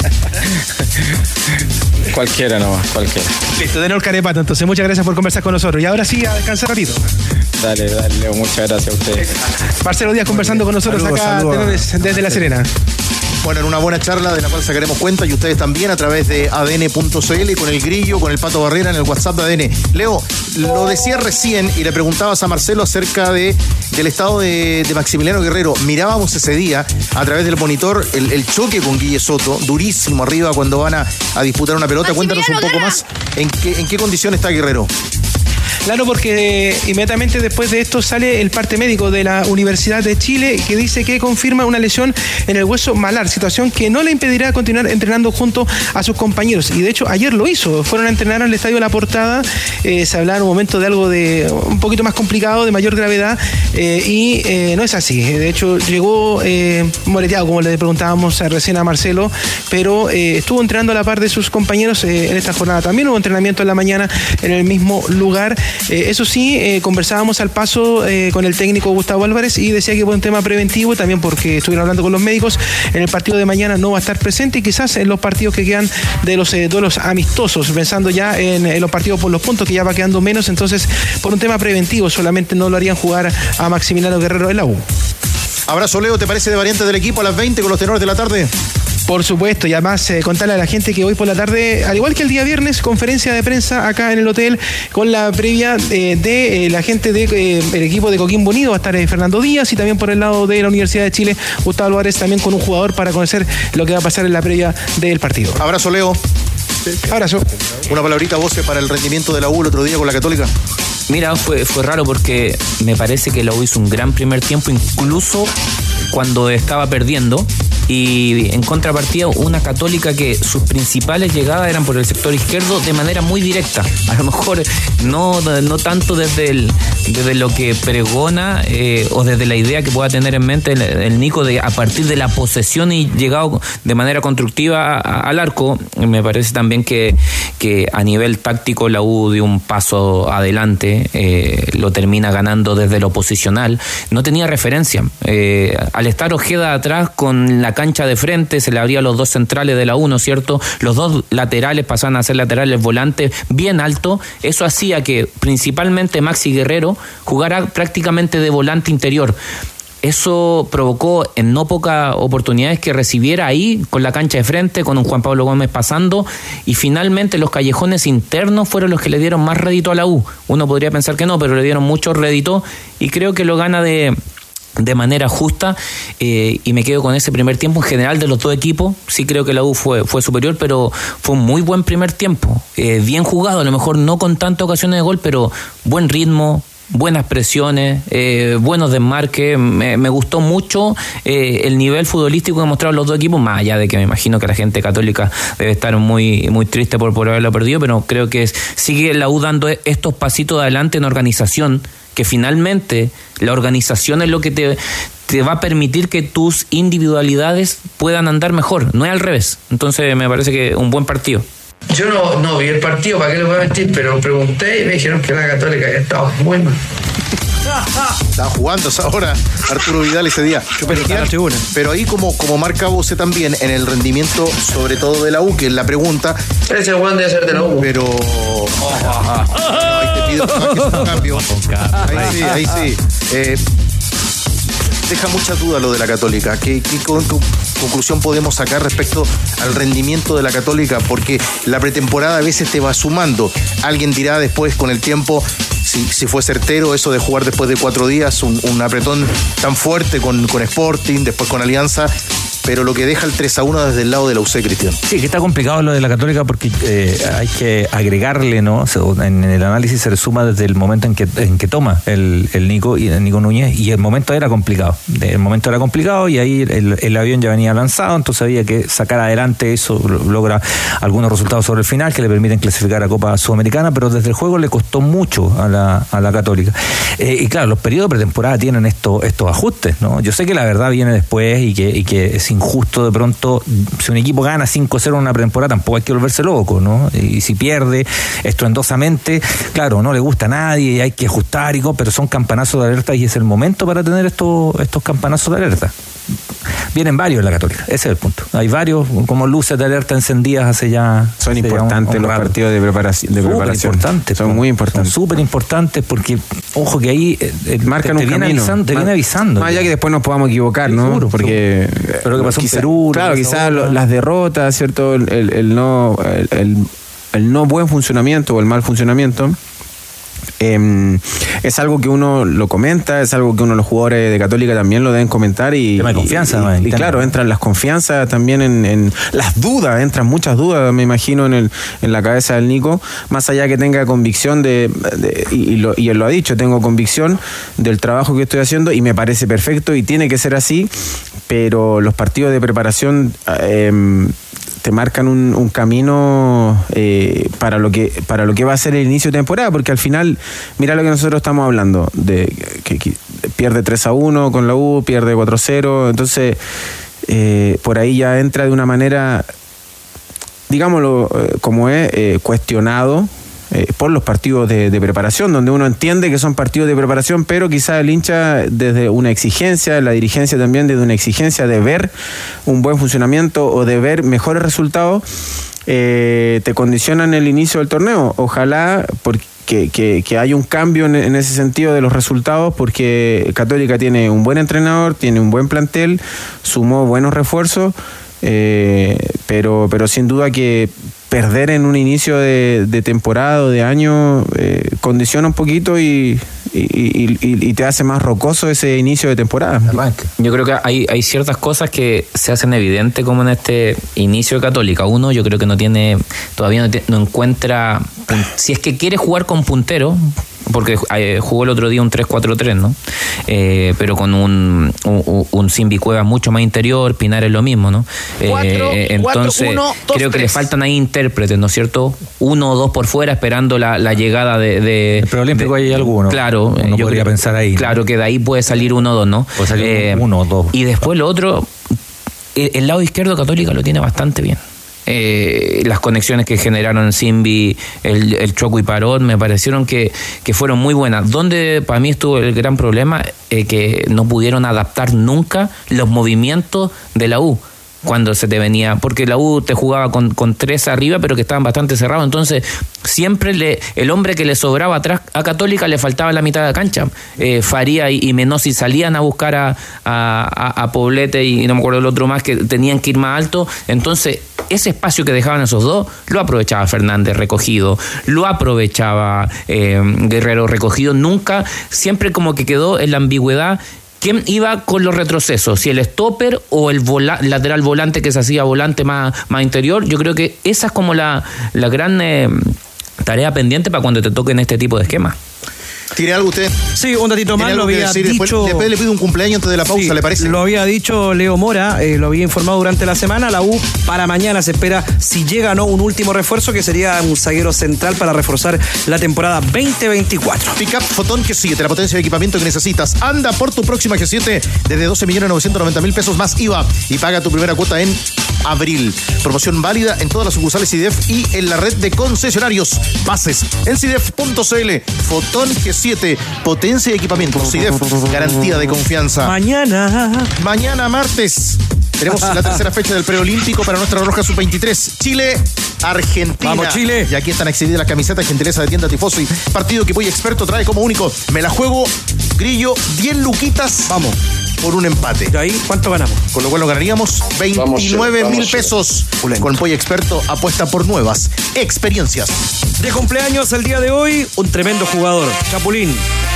Cualquiera nomás, cualquiera. Listo, Tenor Carepato. Entonces, muchas gracias por conversar con nosotros. Y ahora sí, a descansar ratito. Dale, Leo, muchas gracias a ustedes. Marcelo Díaz conversando con nosotros acá Tenores, desde La Serena. Bueno, en una buena charla de la cual sacaremos cuenta y ustedes también a través de adn.cl con el Grillo, con el Pato Barrera en el WhatsApp de ADN. Leo, lo decía recién y le preguntabas a Marcelo acerca del estado de Maximiliano Guerrero. Mirábamos ese día a través del monitor el choque con Guille Soto, durísimo arriba cuando van a disputar una pelota. Cuéntanos un poco más en qué condición está Guerrero. Claro, porque inmediatamente después de esto sale el parte médico de la Universidad de Chile que dice que confirma una lesión en el hueso malar, situación que no le impedirá continuar entrenando junto a sus compañeros. Y de hecho ayer lo hizo, fueron a entrenar al Estadio La Portada, se hablaba en un momento de algo de un poquito más complicado, de mayor gravedad, y no es así. De hecho llegó moleteado, como le preguntábamos recién a Marcelo, pero estuvo entrenando a la par de sus compañeros en esta jornada. También hubo entrenamiento en la mañana en el mismo lugar. Eso sí, conversábamos al paso con el técnico Gustavo Álvarez y decía que fue un tema preventivo, también porque estuvieron hablando con los médicos. En el partido de mañana no va a estar presente y quizás en los partidos que quedan de los duelos amistosos, pensando ya en los partidos por los puntos, que ya va quedando menos. Entonces, por un tema preventivo, solamente no lo harían jugar a Maximiliano Guerrero en la U. Abrazo, Leo, ¿te parece de variante del equipo a las 20 con los tenores de la tarde? Por supuesto, y además contarle a la gente que hoy por la tarde, al igual que el día viernes, conferencia de prensa acá en el hotel con la previa de la gente del equipo de Coquimbo Unido. Va a estar Fernando Díaz y también por el lado de la Universidad de Chile, Gustavo Álvarez, también con un jugador para conocer lo que va a pasar en la previa del partido. Abrazo, Leo. Abrazo. Una palabrita, Voce, para el rendimiento de la U el otro día con la Católica. Mira, fue raro porque me parece que la U hizo un gran primer tiempo, incluso cuando estaba perdiendo. Y en contrapartida, una Católica que sus principales llegadas eran por el sector izquierdo de manera muy directa. A lo mejor no tanto desde lo que pregona o desde la idea que pueda tener en mente el Nico de a partir de la posesión y llegado de manera constructiva al arco. Me parece también que a nivel táctico la U dio un paso adelante, lo termina ganando desde lo posicional. No tenía referencia. Al estar Ojeda atrás con la cancha de frente, se le abrían los dos centrales de la U, ¿no es cierto? Los dos laterales pasaban a ser laterales volantes bien alto. Eso hacía que principalmente Maxi Guerrero jugara prácticamente de volante interior. Eso provocó en no pocas oportunidades que recibiera ahí con la cancha de frente, con un Juan Pablo Gómez pasando, y finalmente los callejones internos fueron los que le dieron más rédito a la U. Uno podría pensar que no, pero le dieron mucho rédito y creo que lo gana de manera justa, y me quedo con ese primer tiempo en general de los dos equipos. Sí creo que la U fue superior, pero fue un muy buen primer tiempo, bien jugado, a lo mejor no con tantas ocasiones de gol, pero buen ritmo, buenas presiones, buenos desmarques. Me gustó mucho el nivel futbolístico que mostraron los dos equipos, más allá de que me imagino que la gente católica debe estar muy, muy triste por haberlo perdido, pero creo que sigue la U dando estos pasitos adelante en organización, que finalmente la organización es lo que te va a permitir que tus individualidades puedan andar mejor, no es al revés. Entonces me parece que un buen partido. Yo no vi el partido, ¿para qué le voy a mentir? Pero pregunté y me dijeron que la Católica había estado muy mal. Estaba jugando ahora Arturo Vidal ese día. Pero ahí como marca Voce también en el rendimiento, sobre todo de la U, que es la pregunta. Ese Juan debe ser de la U. Pero ahí te pido un cambio. Ahí sí. Deja mucha duda lo de la Católica. ¿Qué conclusión podemos sacar respecto al rendimiento de la Católica? Porque la pretemporada a veces te va sumando. Alguien dirá después con el tiempo si fue certero eso de jugar después de 4 días un apretón tan fuerte con Sporting, después con Alianza. Pero lo que deja el 3-1 desde el lado de la UC, Cristian. Sí, que está complicado lo de la Católica porque hay que agregarle, ¿no? En el análisis se resuma desde el momento en que toma el Nico Núñez, y el momento era complicado. Y ahí el avión ya venía lanzado, entonces había que sacar adelante eso, logra algunos resultados sobre el final que le permiten clasificar a Copa Sudamericana, pero desde el juego le costó mucho a la Católica. Y claro, los periodos de pretemporada tienen estos ajustes, ¿no? Yo sé que la verdad viene después y que es injusto de pronto, si un equipo gana 5-0 en una pretemporada, tampoco hay que volverse loco, ¿no? Y si pierde estruendosamente, claro, no le gusta a nadie, hay que ajustar, pero son campanazos de alerta y es el momento para tener estos campanazos de alerta. Vienen varios en la Católica, ese es el punto. Hay varios como luces de alerta encendidas hace ya. Son importantes los partidos de preparación. Importantes, son muy importantes. Son súper importantes porque, ojo, que ahí marcan un camino. Te viene avisando. Más allá que después nos podamos equivocar, ¿no? Seguro, porque. Pero que pasó en Perú. Claro, quizás las derrotas, ¿cierto? El no buen funcionamiento o el mal funcionamiento. Es algo que uno lo comenta, es algo que los jugadores de Católica también lo deben comentar y confianza, y claro, entran las confianzas también en las dudas, entran muchas dudas, me imagino, en la cabeza del Nico, más allá que tenga convicción y él lo ha dicho, tengo convicción del trabajo que estoy haciendo y me parece perfecto y tiene que ser así, pero los partidos de preparación te marcan un camino para lo que va a ser el inicio de temporada, porque al final, mira lo que nosotros estamos hablando, de que pierde 3-1 con la U, pierde 4-0, entonces por ahí ya entra de una manera, digámoslo como es, cuestionado por los partidos de preparación, donde uno entiende que son partidos de preparación, pero quizá el hincha desde una exigencia, la dirigencia también desde una exigencia de ver un buen funcionamiento o de ver mejores resultados, te condicionan el inicio del torneo. Ojalá que haya un cambio en ese sentido de los resultados, porque Católica tiene un buen entrenador, tiene un buen plantel, sumó buenos refuerzos, pero sin duda que perder en un inicio de temporada o de año condiciona un poquito y te hace más rocoso ese inicio de temporada. Yo creo que hay ciertas cosas que se hacen evidentes como en este inicio de Católica. Uno, yo creo que todavía no encuentra, si es que quiere jugar con puntero, porque jugó el otro día un 3-4-3, ¿no? Pero con un Simbi Cuevas mucho más interior, Pinar es lo mismo, ¿no? Entonces, 1, 2, creo 3. Que le faltan ahí intérpretes, ¿no es cierto? 1 o 2 por fuera esperando la llegada de el Preolímpico hay alguno. Claro, uno yo podría pensar ahí. Claro, ¿no? Que de ahí puede salir 1 o 2, ¿no? Puede salir 1 o 2. Y después lo otro, el lado izquierdo Católica lo tiene bastante bien. Las conexiones que generaron Simbi, el Choco y Parón me parecieron que fueron muy buenas. Donde para mí estuvo el gran problema, que no pudieron adaptar nunca los movimientos de la U cuando se te venía, porque la U te jugaba con 3 arriba, pero que estaban bastante cerrados, entonces siempre el hombre que le sobraba atrás a Católica le faltaba la mitad de la cancha. Faría y Menossi salían a buscar a Poblete y no me acuerdo el otro más, que tenían que ir más alto, entonces ese espacio que dejaban esos dos lo aprovechaba Fernández recogido, lo aprovechaba Guerrero recogido, nunca, siempre como que quedó en la ambigüedad. ¿Quién iba con los retrocesos? ¿Si el stopper o el lateral volante que se hacía volante más interior? Yo creo que esa es como la gran tarea pendiente para cuando te toquen este tipo de esquemas. ¿Tiene algo usted? Sí, un datito más, lo había dicho. Después le pido un cumpleaños antes de la pausa, sí, ¿le parece? Lo había dicho Leo Mora, lo había informado durante la semana. La U para mañana se espera, si llega o no, un último refuerzo, que sería un zaguero central para reforzar la temporada 2024. Pickup Fotón G7, la potencia de equipamiento que necesitas. Anda por tu próxima G7 desde 12.990.000 pesos más IVA y paga tu primera cuota en abril. Promoción válida en todas las sucursales CIDEF y en la red de concesionarios. Bases en CIDEF.cl. Fotón G7, potencia y equipamiento. CIDEF, garantía de confianza. Mañana martes tenemos la tercera fecha del preolímpico para nuestra Roja Sub-23. Chile, Argentina. Vamos, Chile. Y aquí están exhibidas las camisetas, gentileza de Tienda Tifosi. Partido que Pollo Experto trae como único. Me la juego, Grillo, 10 luquitas. Vamos, por un empate. ¿Y ahí cuánto ganamos? Con lo cual lo ganaríamos 29.000 pesos. Con Pollo Experto apuesta por nuevas experiencias. De cumpleaños el día de hoy, un tremendo jugador, Chapulín.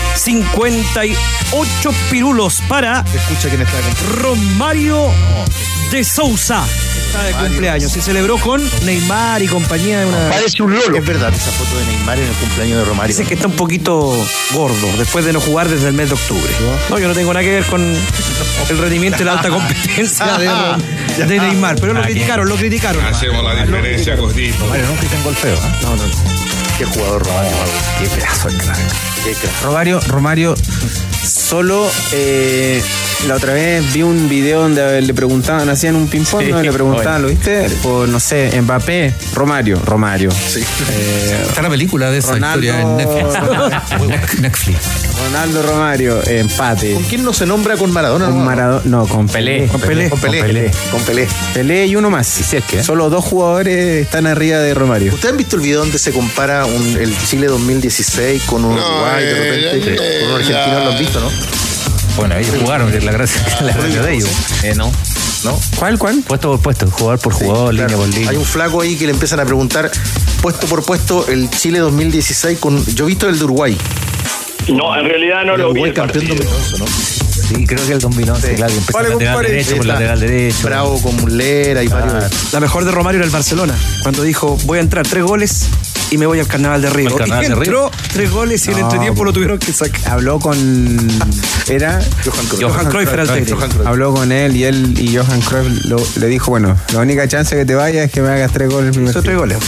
58 pirulos para... Escucha quién está de Romario de Sousa. Está de cumpleaños. Se celebró con Neymar y compañía de una... Parece un lolo. Es verdad, esa foto de Neymar en el cumpleaños de Romario. Dice que está un poquito gordo después de no jugar desde el mes de octubre. No, yo no tengo nada que ver con el rendimiento y la alta competencia de Neymar. Pero lo criticaron. Hacemos la diferencia, Costito. Romario nunca tengo el feo. No. Qué jugador Romario. Qué pedazo de crack. Qué crack. Romario solo la otra vez vi un video donde le preguntaban, hacían un ping-pong, sí, ¿no? Le preguntaban, ¿lo viste? Por, no sé, Mbappé, Romario. Sí. Está la película de esa Ronaldo, historia en Netflix. Ronaldo, Romario, empate. ¿Con quién no se nombra con Maradona? Con Pelé. Con Pelé. Pelé y uno más. Si es que. Solo 2 jugadores están arriba de Romario. ¿Ustedes han visto el video donde se compara el Chile 2016 con un Uruguay de repente? Con un argentino, ¿lo han visto, no? Bueno, ellos jugaron, que es la gracia de ellos. No. ¿Cuál? Puesto por puesto, jugador por jugador, claro, línea por línea. Hay un flaco ahí que le empiezan a preguntar puesto por puesto el Chile 2016 con... Yo he visto el de Uruguay. No, en realidad no lo vi. Uruguay campeón 2011, ¿no? Sí, creo que el 2011, claro, que empezó lateral derecho por lateral derecho. Bravo con Muslera y varios. La mejor de Romario era el Barcelona, cuando dijo, voy a entrar 3 goles y me voy al Carnaval de Río. Y entró 3 goles y en el entretiempo lo tuvieron que sacar. Habló con... ¿Era? Johan Cruyff era el técnico. Habló con él y Johan Cruyff le dijo, bueno, la única chance que te vayas es que me hagas 3 goles. Hizo 3 goles.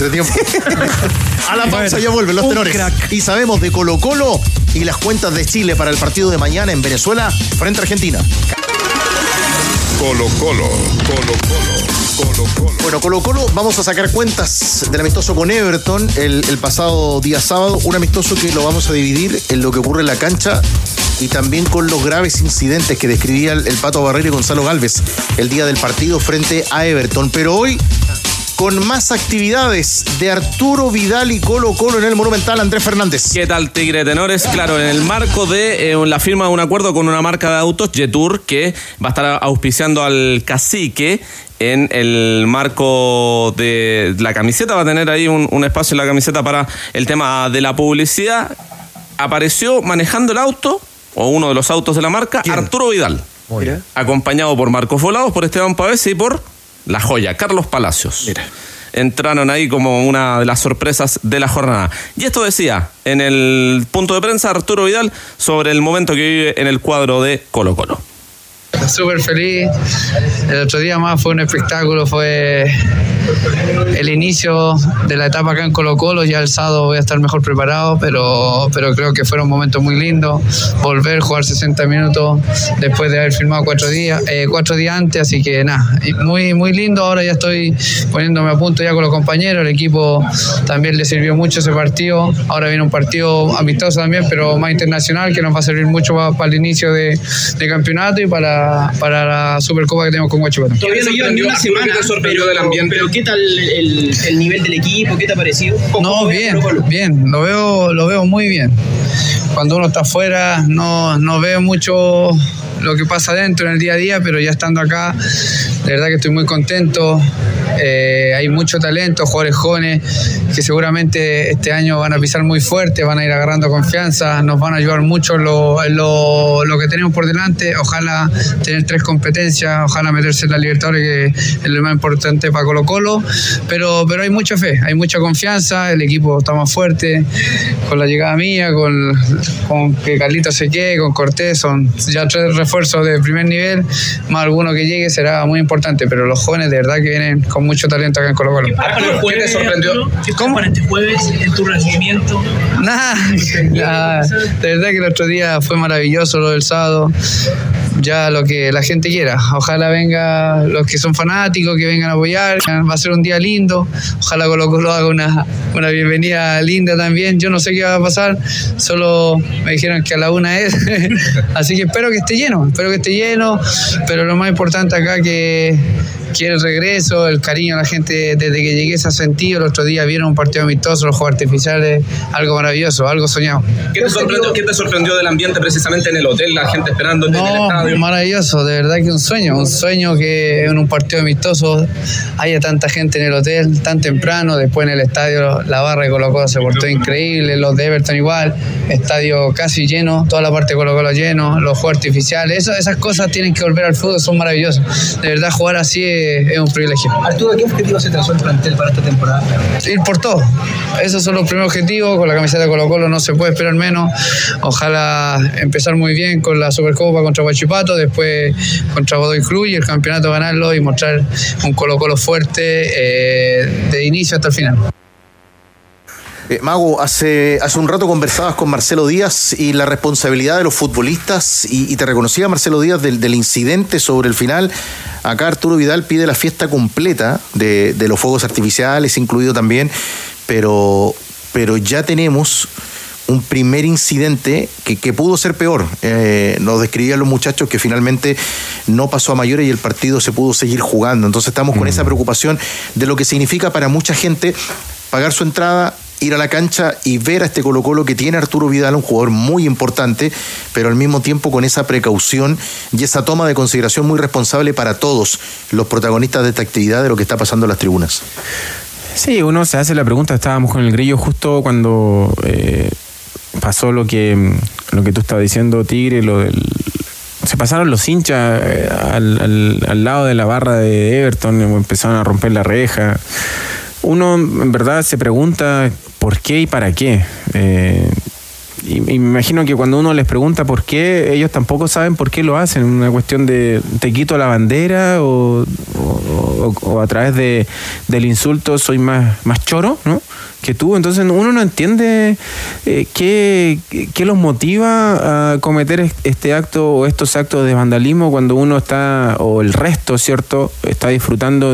A la pausa ya vuelven los tenores. Crack. Y sabemos de Colo-Colo y las cuentas de Chile para el partido de mañana en Venezuela frente a Argentina. Colo-Colo. Bueno, Colo-Colo, vamos a sacar cuentas del amistoso con Everton el pasado día sábado. Un amistoso que lo vamos a dividir en lo que ocurre en la cancha y también con los graves incidentes que describía el Pato Barrera y Gonzalo Gálvez el día del partido frente a Everton. Pero hoy, con más actividades de Arturo Vidal y Colo-Colo en el Monumental, Andrés Fernández. ¿Qué tal, Tigre Tenores? Claro, en el marco de la firma de un acuerdo con una marca de autos, Jetour, que va a estar auspiciando al Cacique en el marco de la camiseta, va a tener ahí un espacio en la camiseta para el tema de la publicidad. Apareció manejando el auto, o uno de los autos de la marca, ¿quién? Arturo Vidal. Acompañado por Marcos Volados, por Esteban Pavés y por la joya, Carlos Palacios. Mira. Entraron ahí como una de las sorpresas de la jornada. Y esto decía en el punto de prensa Arturo Vidal sobre el momento que vive en el cuadro de Colo-Colo. Súper feliz. El otro día más fue un espectáculo, fue el inicio de la etapa acá en Colo-Colo. Ya el sábado voy a estar mejor preparado, pero creo que fueron momentos muy lindos. Volver, jugar 60 minutos después de haber firmado 4 días antes, así que nada, muy, muy lindo. Ahora ya estoy poniéndome a punto ya con los compañeros. El equipo también le sirvió mucho ese partido. Ahora viene un partido amistoso también, pero más internacional, que nos va a servir mucho para el inicio de campeonato y para la Supercopa que tenemos con Huachipato. Todavía no lleva ni una semana, pero ¿qué tal el nivel del equipo? ¿Qué te ha parecido? No, bien, lo veo muy bien. Cuando uno está afuera no veo mucho lo que pasa adentro en el día a día, pero ya estando acá, de verdad que estoy muy contento. Hay mucho talento, jugadores jóvenes que seguramente este año van a pisar muy fuerte, van a ir agarrando confianza, nos van a ayudar mucho en lo que tenemos por delante. Ojalá tener 3 competencias, ojalá meterse en la Libertadores, que es lo más importante para Colo-Colo, pero hay mucha fe, hay mucha confianza, el equipo está más fuerte, con la llegada mía, con que Carlito se quede, con Cortés, son ya 3 refuerzos de primer nivel, más alguno que llegue será muy importante, pero los jóvenes de verdad que vienen con mucho talento acá en Colo-Colo. ¿Qué te sorprendió? ¿Cómo para este jueves en tu recibimiento? Nada, de verdad que el otro día fue maravilloso lo del sábado. Ya lo que la gente quiera. Ojalá venga los que son fanáticos, que vengan a apoyar. Va a ser un día lindo. Ojalá Colo-Colo haga una bienvenida linda también. Yo no sé qué va a pasar, solo me dijeron que a la 1 es. Así que espero que esté lleno, pero lo más importante acá que el regreso, el cariño a la gente desde que llegué se ha sentido. El otro día vieron un partido amistoso, los juegos artificiales, algo maravilloso, algo soñado. ¿Qué te sorprendió del ambiente precisamente en el hotel, la gente esperando en el estadio? Maravilloso, de verdad que un sueño que en un partido amistoso haya tanta gente en el hotel tan temprano. Después en el estadio la barra de Colo-Colo se portó increíble, los de Everton igual, estadio casi lleno, toda la parte de Colo-Colo lleno, los juegos artificiales, esas cosas tienen que volver al fútbol, son maravillosos. De verdad jugar así es un privilegio. Arturo, ¿qué objetivo se trazó el plantel para esta temporada? Ir por todo, esos son los primeros objetivos. Con la camiseta de Colo-Colo no se puede esperar menos. Ojalá empezar muy bien con la Supercopa contra Huachipato, después contra Godoy Cruz y el campeonato ganarlo y mostrar un Colo-Colo fuerte de inicio hasta el final. Mago, hace un rato conversabas con Marcelo Díaz y la responsabilidad de los futbolistas y te reconocía Marcelo Díaz del incidente sobre el final. Acá Arturo Vidal pide la fiesta completa de los fuegos artificiales, incluido también, pero ya tenemos un primer incidente que pudo ser peor. Nos describían los muchachos que finalmente no pasó a mayores y el partido se pudo seguir jugando. Entonces estamos con esa preocupación de lo que significa para mucha gente pagar su entrada, ir a la cancha y ver a este Colo-Colo que tiene Arturo Vidal, un jugador muy importante, pero al mismo tiempo con esa precaución y esa toma de consideración muy responsable para todos los protagonistas de esta actividad de lo que está pasando en las tribunas. Sí, uno se hace la pregunta, estábamos con el Grillo justo cuando pasó lo que tú estabas diciendo, Tigre, se pasaron los hinchas al lado de la barra de Everton, empezaron a romper la reja. Uno en verdad se pregunta por qué y para qué. Y me imagino que cuando uno les pregunta por qué, ellos tampoco saben por qué lo hacen. Una cuestión de te quito la bandera o a través del insulto soy más choro, ¿no?, que tú. Entonces uno no entiende qué los motiva a cometer este acto o estos actos de vandalismo cuando uno está, o el resto, ¿cierto?, está disfrutando de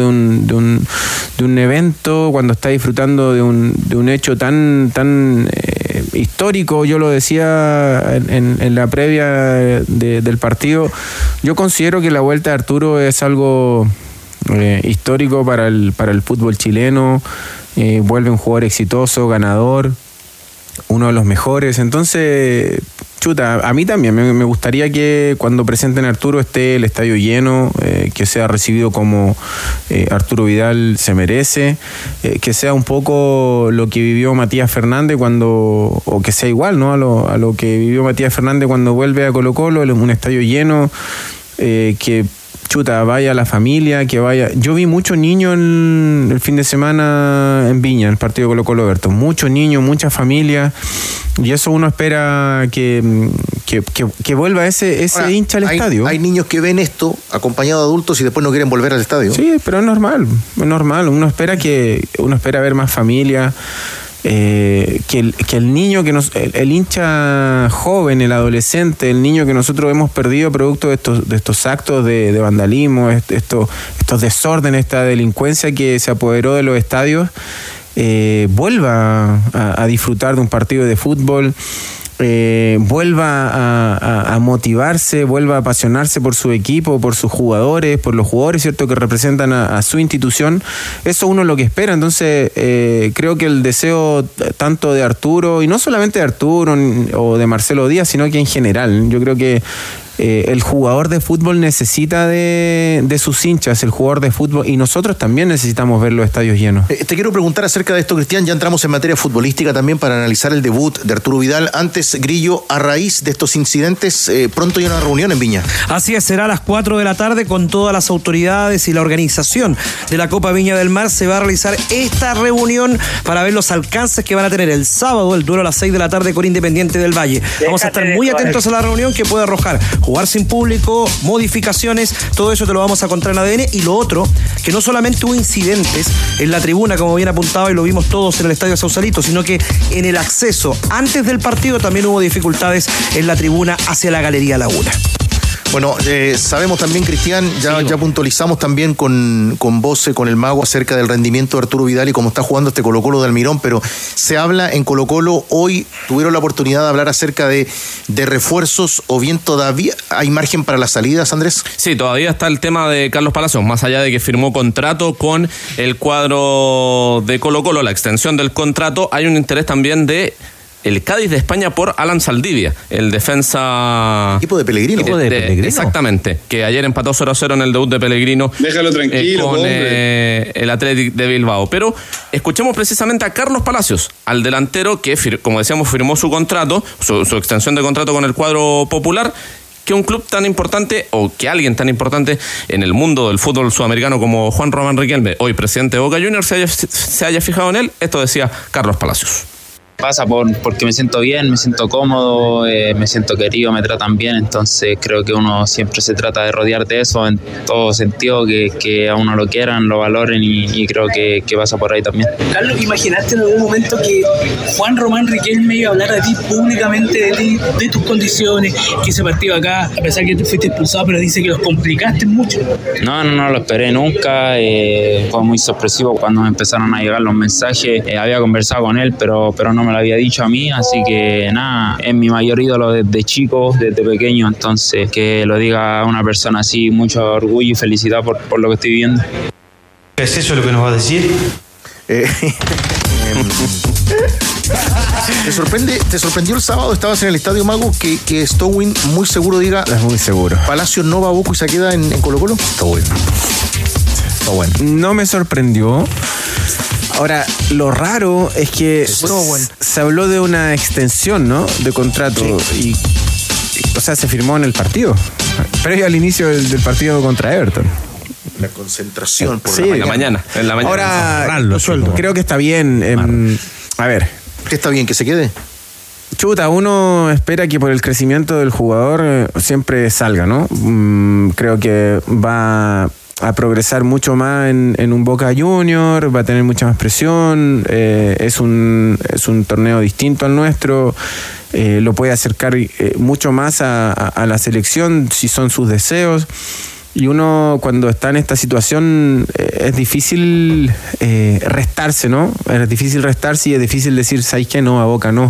un evento, cuando está disfrutando de un hecho tan histórico. Yo lo decía en la previa del partido, yo considero que la vuelta de Arturo es algo histórico para el fútbol chileno. Vuelve un jugador exitoso, ganador, uno de los mejores. Entonces, a mí también me gustaría que cuando presenten a Arturo esté el estadio lleno, que sea recibido como Arturo Vidal se merece, que sea un poco lo que vivió Matías Fernández o que sea igual, ¿no?, a lo que vivió Matías Fernández cuando vuelve a Colo-Colo, un estadio lleno, que vaya la familia, que vaya. Yo vi muchos niños el fin de semana en Viña, el partido Colo-Colo Everton. Muchos niños, mucha familia. Y eso uno espera que vuelva ese Ahora, hincha al estadio. Hay niños que ven esto acompañados de adultos y después no quieren volver al estadio. Sí, pero es normal. Uno espera ver más familia. Que el niño el hincha joven, el adolescente, el niño que nosotros hemos perdido producto de estos actos de vandalismo, estos desórdenes, esta delincuencia que se apoderó de los estadios, vuelva a disfrutar de un partido de fútbol, vuelva a motivarse, vuelva a apasionarse por su equipo, por sus jugadores, por los jugadores, ¿cierto?, que representan a su institución. Eso uno es lo que espera. Entonces creo que el deseo tanto de Arturo, y no solamente de Arturo o de Marcelo Díaz, sino que en general, yo creo que el jugador de fútbol necesita de sus hinchas, el jugador de fútbol, y nosotros también necesitamos ver los estadios llenos. Te quiero preguntar acerca de esto, Cristian. Ya entramos en materia futbolística también para analizar el debut de Arturo Vidal. Antes, Grillo, a raíz de estos incidentes, pronto hay una reunión en Viña. Así es, será a las 4 de la tarde con todas las autoridades y la organización de la Copa Viña del Mar. Se va a realizar esta reunión para ver los alcances que van a tener el sábado, el duelo a las 6 de la tarde con Independiente del Valle. Vamos a estar muy atentos a la reunión que puede arrojar jugar sin público, modificaciones, todo eso te lo vamos a contar en ADN. Y lo otro, que no solamente hubo incidentes en la tribuna, como bien apuntaba y lo vimos todos en el Estadio Sausalito, sino que en el acceso antes del partido también hubo dificultades en la tribuna hacia la Galería Laguna. Bueno, sabemos también, Cristian, ya puntualizamos también con Voce, con el Mago, acerca del rendimiento de Arturo Vidal y cómo está jugando este Colo-Colo de Almirón, pero se habla en Colo-Colo, hoy tuvieron la oportunidad de hablar acerca de refuerzos, o bien todavía hay margen para las salidas, Andrés. Sí, todavía está el tema de Carlos Palacios, más allá de que firmó contrato con el cuadro de Colo-Colo, la extensión del contrato, hay un interés también de el Cádiz de España por Alan Saldivia, el defensa... Equipo de Pellegrino. Exactamente, que ayer empató 0-0 en el debut de Pellegrino. Déjalo tranquilo, con el Athletic de Bilbao. Pero escuchemos precisamente a Carlos Palacios, al delantero que, como decíamos, firmó su contrato, su extensión de contrato con el cuadro popular, que un club tan importante, o que alguien tan importante en el mundo del fútbol sudamericano como Juan Román Riquelme, hoy presidente de Boca Juniors, se haya fijado en él. Esto decía Carlos Palacios. pasa porque me siento bien, me siento cómodo, me siento querido, me tratan bien, entonces creo que uno siempre se trata de rodear de eso en todo sentido, que a uno lo quieran, lo valoren y creo que pasa por ahí también. Carlos, ¿imaginaste en algún momento que Juan Román Riquelme iba a hablar a ti públicamente de ti, de tus condiciones, que ese partido acá, a pesar que tú fuiste expulsado, pero dice que los complicaste mucho? No lo esperé nunca, fue muy sorpresivo cuando me empezaron a llegar los mensajes, había conversado con él, pero no me lo había dicho a mí, así que nada, es mi mayor ídolo desde chico, desde pequeño, entonces que lo diga una persona así, mucho orgullo y felicidad por lo que estoy viviendo. ¿Es eso lo que nos va a decir? ¿Te sorprendió el sábado? Estabas en el Estadio Mago que Stowin muy seguro diga. Es muy seguro. Palacio no va a Boca y se queda en Colo-Colo. Está bueno. No me sorprendió. Ahora, lo raro es que se habló de una extensión, ¿no? De contrato. Sí. O sea, se firmó en el partido. Previo al inicio del partido contra Everton. La concentración por la mañana. En la mañana. Ahora, creo que está bien. A ver. ¿Qué está bien? ¿Que se quede? Chuta, uno espera que por el crecimiento del jugador siempre salga, ¿no? Creo que va a progresar mucho más en un Boca Junior, va a tener mucha más presión, es un torneo distinto al nuestro, lo puede acercar mucho más a la selección si son sus deseos. Y uno cuando está en esta situación es difícil restarse, ¿no? Es difícil restarse y es difícil decir, ¿sabes qué? No, a Boca no.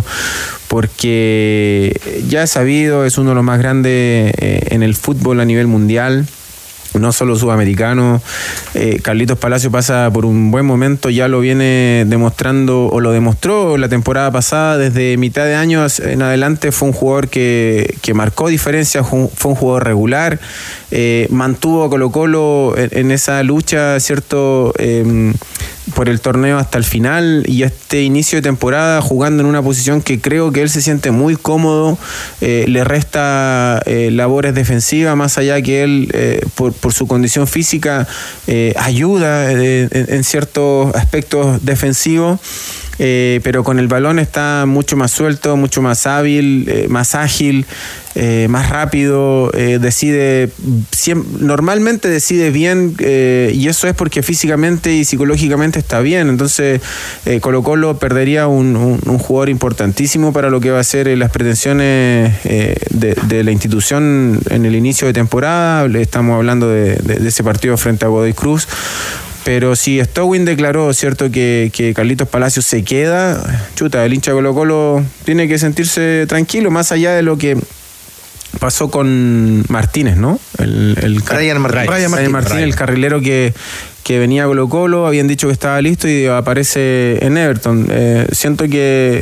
Porque ya es sabido, es uno de los más grandes en el fútbol a nivel mundial. No solo sudamericano. Carlitos Palacio pasa por un buen momento, ya lo viene demostrando, o lo demostró la temporada pasada. Desde mitad de año en adelante fue un jugador que marcó diferencias, fue un jugador regular, mantuvo a Colo-Colo en esa lucha, ¿cierto? Por el torneo hasta el final, y este inicio de temporada jugando en una posición que creo que él se siente muy cómodo, le resta labores defensivas, más allá que él por su condición física ayuda en ciertos aspectos defensivos, pero con el balón está mucho más suelto, mucho más hábil, más ágil, más rápido, normalmente decide bien, y eso es porque físicamente y psicológicamente está bien. Entonces Colo-Colo perdería un jugador importantísimo para lo que va a ser las pretensiones de la institución en el inicio de temporada. Estamos hablando de ese partido frente a Godoy Cruz. Pero si Stowin declaró, ¿cierto?, que Carlitos Palacios se queda, chuta, el hincha de Colo-Colo tiene que sentirse tranquilo, más allá de lo que pasó con Martínez, ¿no? Brian Martínez, el carrilero que venía a Colo-Colo, habían dicho que estaba listo y aparece en Everton. Siento que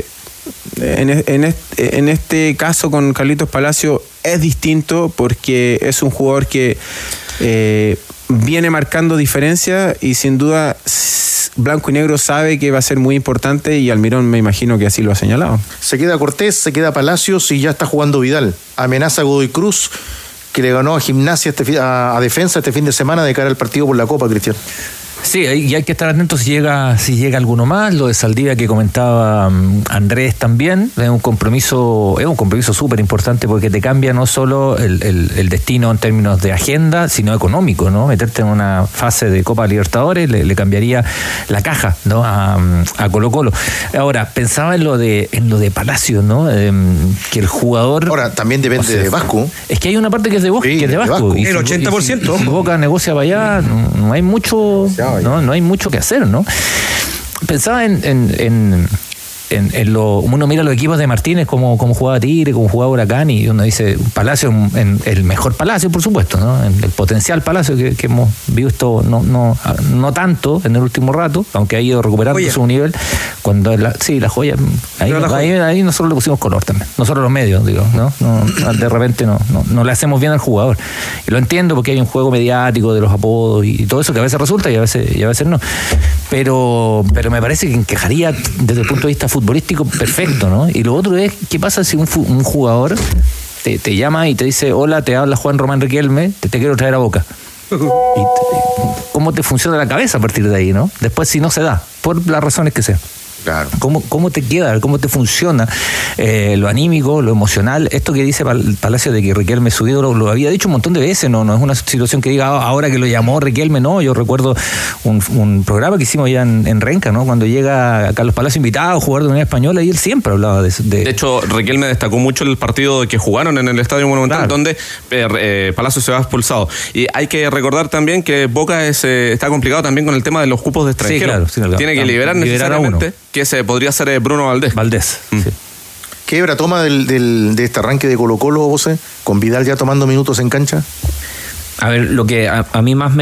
en este caso con Carlitos Palacios es distinto porque es un jugador que viene marcando diferencia y sin duda Blanco y Negro sabe que va a ser muy importante, y Almirón me imagino que así lo ha señalado. Se queda Cortés, se queda Palacios y ya está jugando Vidal. Amenaza a Godoy Cruz, que le ganó a Gimnasia a Defensa este fin de semana de cara al partido por la Copa, Cristian. Sí, y hay que estar atentos si llega alguno más. Lo de Saldivia que comentaba Andrés también, es un compromiso súper importante porque te cambia no solo el destino en términos de agenda, sino económico, ¿no? Meterte en una fase de Copa Libertadores le cambiaría la caja, ¿no? a Colo-Colo. Ahora, pensaba en lo de Palacio, ¿no? Que el jugador... Ahora, también depende de Vasco. Es que hay una parte que es de Vasco. Y el 80%. Si Boca negocia para allá, no hay mucho... No hay mucho que hacer, ¿no? Pensaba en uno mira los equipos de Martínez, como jugaba Tigre, como jugaba Huracán, y uno dice Palacio, el mejor Palacio, por supuesto, ¿no? El potencial Palacio que hemos visto no tanto en el último rato, aunque ha ido recuperando su nivel. Cuando la joya, ahí nosotros le pusimos color también, nosotros los medios, digo, ¿no? De repente no le hacemos bien al jugador, y lo entiendo porque hay un juego mediático de los apodos y todo eso que a veces resulta y a veces no, pero me parece que encajaría desde el punto de vista futbolístico perfecto, ¿no? Y lo otro es, ¿qué pasa si un jugador te llama y te dice, hola, te habla Juan Román Riquelme, te quiero traer a Boca? ¿Cómo te funciona la cabeza a partir de ahí, no? Después, si no se da, por las razones que sean. Claro. ¿Cómo te queda? ¿Cómo te funciona lo anímico, lo emocional? Esto que dice Palacio de que Riquelme su ídolo, lo había dicho un montón de veces, no es una situación que diga ahora que lo llamó Riquelme, no. Yo recuerdo un programa que hicimos ya en Renca, ¿no? Cuando llega Carlos Palacio invitado a jugar de Unión Española, y él siempre hablaba de hecho, Riquelme destacó mucho el partido que jugaron en el Estadio Monumental, donde Palacio se va expulsado. Y hay que recordar también que Boca está complicado también con el tema de los cupos de extranjeros. Sí, claro. Tiene que liberar necesariamente, que ese podría ser Bruno Valdés. Sí. ¿Qué hebra toma de este arranque de Colo-Colo, José? ¿Con Vidal ya tomando minutos en cancha? A ver, lo que a mí más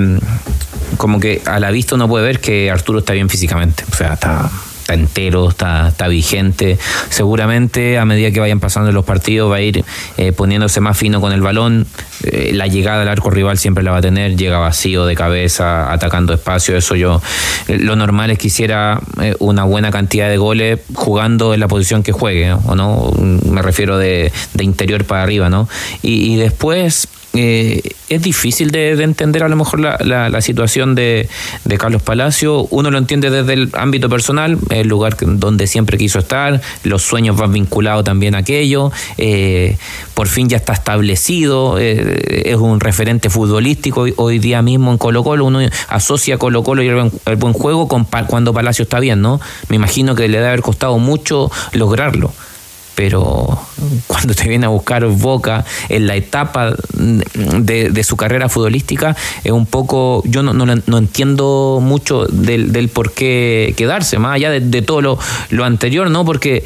como que a la vista uno puede ver que Arturo está bien físicamente. O sea, está entero, está vigente. Seguramente a medida que vayan pasando los partidos va a ir poniéndose más fino con el balón. La llegada al arco rival siempre la va a tener, llega vacío de cabeza, atacando espacio. Eso lo normal es que hiciera una buena cantidad de goles jugando en la posición que juegue, ¿o no? Me refiero de interior para arriba, ¿no? Y después es difícil de entender a lo mejor la situación de Carlos Palacio. Uno lo entiende desde el ámbito personal, el lugar donde siempre quiso estar, los sueños van vinculados también a aquello, por fin ya está establecido, es un referente futbolístico. Hoy día mismo en Colo-Colo uno asocia Colo-Colo y el buen juego cuando Palacio está bien, ¿no? Me imagino que le debe haber costado mucho lograrlo. Pero cuando te viene a buscar Boca en la etapa de su carrera futbolística, es un poco, yo no entiendo mucho del por qué quedarse, más allá de todo lo anterior, ¿no? Porque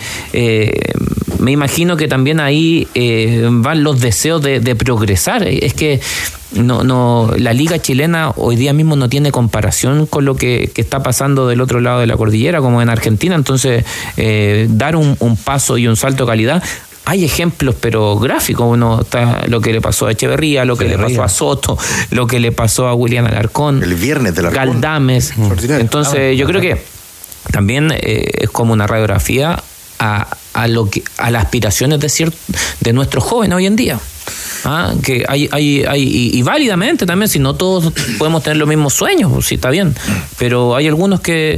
me imagino que también ahí van los deseos de progresar. Es que la liga chilena hoy día mismo no tiene comparación con lo que está pasando del otro lado de la cordillera, como en Argentina. Entonces, dar un paso y un salto de calidad. Hay ejemplos, pero gráficos. Uno está lo que le pasó a Echeverría, lo que le pasó a Soto, lo que le pasó a William Alarcón, el viernes del Alarcón, Galdames. Entonces, yo creo que también es como una radiografía a las aspiraciones de nuestros jóvenes hoy en día. Que hay y válidamente también, si no todos podemos tener los mismos sueños, pues sí, está bien, pero hay algunos que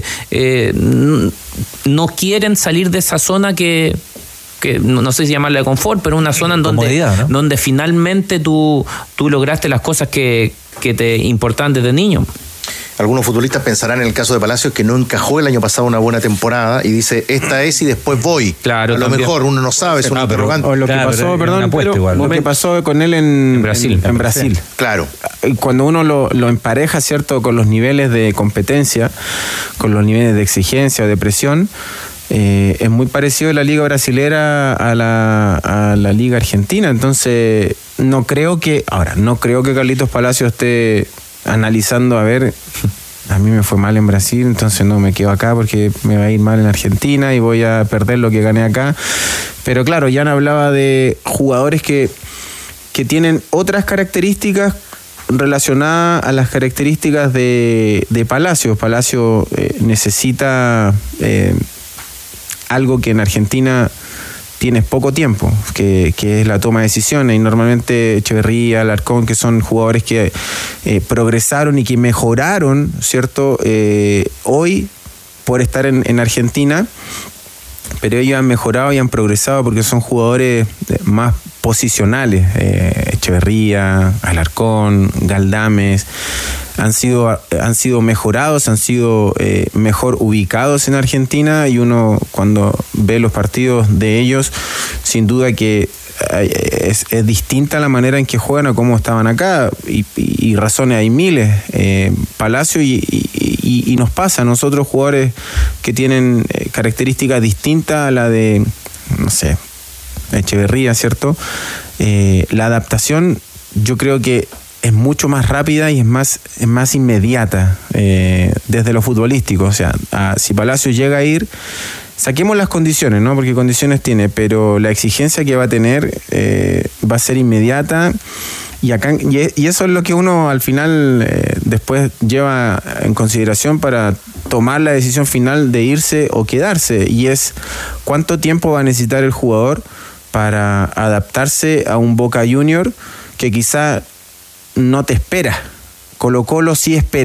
no quieren salir de esa zona que no sé si llamarla de confort, pero una zona en donde finalmente tú lograste las cosas que te importaban desde niño. Algunos futbolistas pensarán en el caso de Palacios que no encajó el año pasado una buena temporada y dice, esta es y después voy. Claro, a lo mejor uno no sabe, es un interrogante. O lo que pasó, lo que pasó con él en Brasil. Claro. Cuando uno lo empareja, ¿cierto?, con los niveles de competencia, con los niveles de exigencia o de presión, es muy parecido la liga brasilera a la liga argentina. Entonces, no creo que Carlitos Palacios esté analizando, a ver, a mí me fue mal en Brasil, entonces no me quedo acá porque me va a ir mal en Argentina y voy a perder lo que gané acá. Pero claro, Jan hablaba de jugadores que tienen otras características relacionadas a las características de Palacios. Palacios necesita algo que en Argentina tienes poco tiempo, que es la toma de decisiones, y normalmente Echeverría, Alarcón, que son jugadores que progresaron y que mejoraron, ¿cierto?, hoy por estar en Argentina, pero ellos han mejorado y han progresado porque son jugadores más posicionales. Echeverría, Alarcón, Galdames han sido mejorados, han sido mejor ubicados en Argentina, y uno cuando ve los partidos de ellos, sin duda que es distinta la manera en que juegan a cómo estaban acá, y razones hay miles. Palacio y nos pasa a nosotros, jugadores que tienen características distintas a la de, no sé, Echeverría, ¿cierto? La adaptación yo creo que es mucho más rápida y es más inmediata desde lo futbolístico. O sea, si Palacio llega a ir, saquemos las condiciones, ¿no? Porque condiciones tiene, pero la exigencia que va a tener va a ser inmediata, y eso es lo que uno al final después lleva en consideración para tomar la decisión final de irse o quedarse, y es cuánto tiempo va a necesitar el jugador para adaptarse a un Boca Junior que quizá no te espera. Colo-Colo sí espera.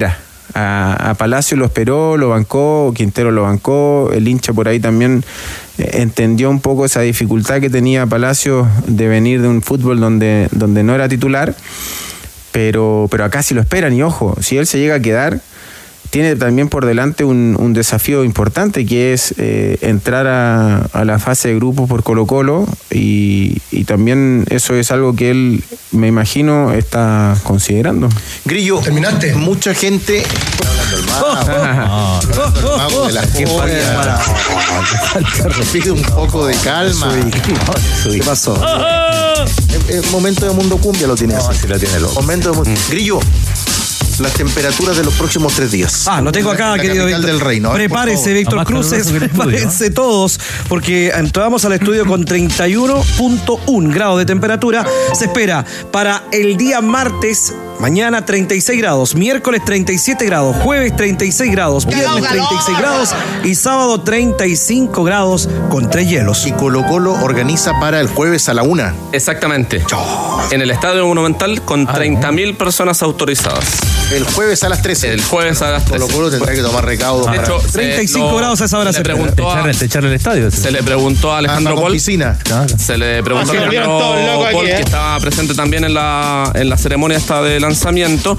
A Palacio lo esperó, lo bancó, Quintero lo bancó, el hincha por ahí también entendió un poco esa dificultad que tenía Palacio de venir de un fútbol donde no era titular, pero acá sí lo esperan, y ojo, si él se llega a quedar, tiene también por delante un desafío importante, que es entrar a la fase de grupos por Colo-Colo, y también eso es algo que él, me imagino, está considerando. Grillo, ¿terminaste? Mucha gente hablando del mago de las cosas. Pide un poco de calma. ¿Qué pasó? El momento de Mundo Cumbia lo tiene así. Sí lo tiene loco. Momento de Grillo, las temperaturas de los próximos 3 días. Lo tengo acá, querido Víctor. Del reino. Prepárese, Víctor Cruces, prepárense todos, porque entramos al estudio con 31.1 grados de temperatura. Se espera para el día martes, mañana 36 grados, miércoles 37 grados, jueves 36 grados, viernes 36 grados y sábado 35 grados con 3 hielos. Y Colo-Colo organiza para el jueves a la 1. Exactamente. En el Estadio Monumental con 30.000 personas autorizadas. El jueves a las 13. El jueves a las 13. Colo-Colo tendrá que tomar recaudo. De hecho, 35 grados a esa hora. Se echar el estadio. Se le preguntó a Alejandro Paul. Se le preguntó a Alejandro Paul, que estaba presente también en la ceremonia esta de lanzamiento,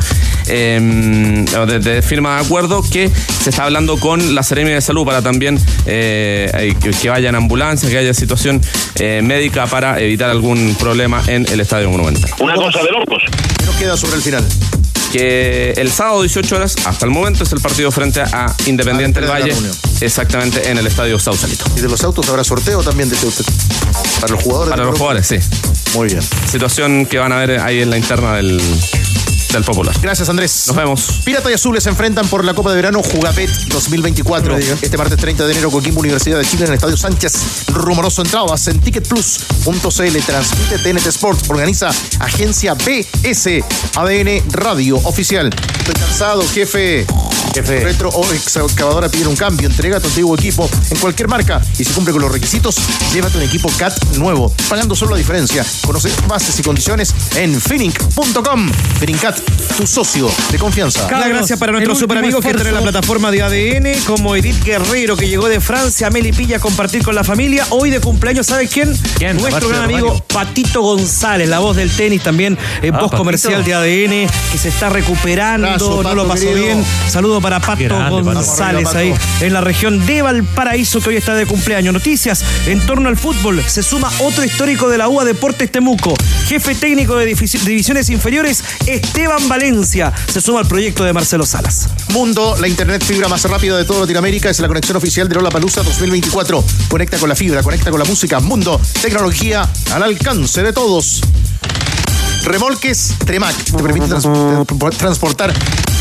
de firma de acuerdo, que se está hablando con la Seremia de Salud para también que vayan ambulancias, que haya situación médica para evitar algún problema en el Estadio Monumental. Una cosa de locos. ¿Qué nos queda sobre el final? Que el sábado 18 horas, hasta el momento, es el partido frente a Independiente del Valle, exactamente en el Estadio Sausalito. ¿Y de los autos habrá sorteo también de usted? ¿Para los jugadores? Para los jugadores, sí. Muy bien. Situación que van a ver ahí en la interna del Popular. Gracias, Andrés. Nos vemos. Pirata y Azules se enfrentan por la Copa de Verano Jugapet 2024. Este martes 30 de enero, Coquimbo, Universidad de Chile, en el Estadio Sánchez. Rumoroso entradas en ticketplus.cl. Transmite TNT Sports. Organiza Agencia BS. ADN Radio Oficial. Estoy cansado, jefe. Retro o excavadora piden un cambio. Entrega a tu antiguo equipo en cualquier marca. Y si cumple con los requisitos, llévate un equipo CAT nuevo, pagando solo la diferencia. Conoce bases y condiciones en Finink.com. Finincat, tu socio de confianza. Cada gracias para nuestros super amigos que están en la plataforma de ADN, como Edith Guerrero, que llegó de Francia, Melipilla, a compartir con la familia. Hoy de cumpleaños, ¿sabes quién? Nuestro gran amigo Patito González, la voz del tenis, también voz comercial de ADN, que se está recuperando, no lo pasó bien. Saludo para Pato González, ahí en la región de Valparaíso, que hoy está de cumpleaños. Noticias en torno al fútbol. Se suma otro histórico de la UA Deportes Temuco, jefe técnico de divisiones inferiores, Esteban Valencia. Se suma al proyecto de Marcelo Salas. Mundo, la internet fibra más rápida de toda Latinoamérica, es la conexión oficial de Lollapalooza 2024. Conecta con la fibra, conecta con la música. Mundo, tecnología al alcance de todos. Remolques Tremac te permite transportar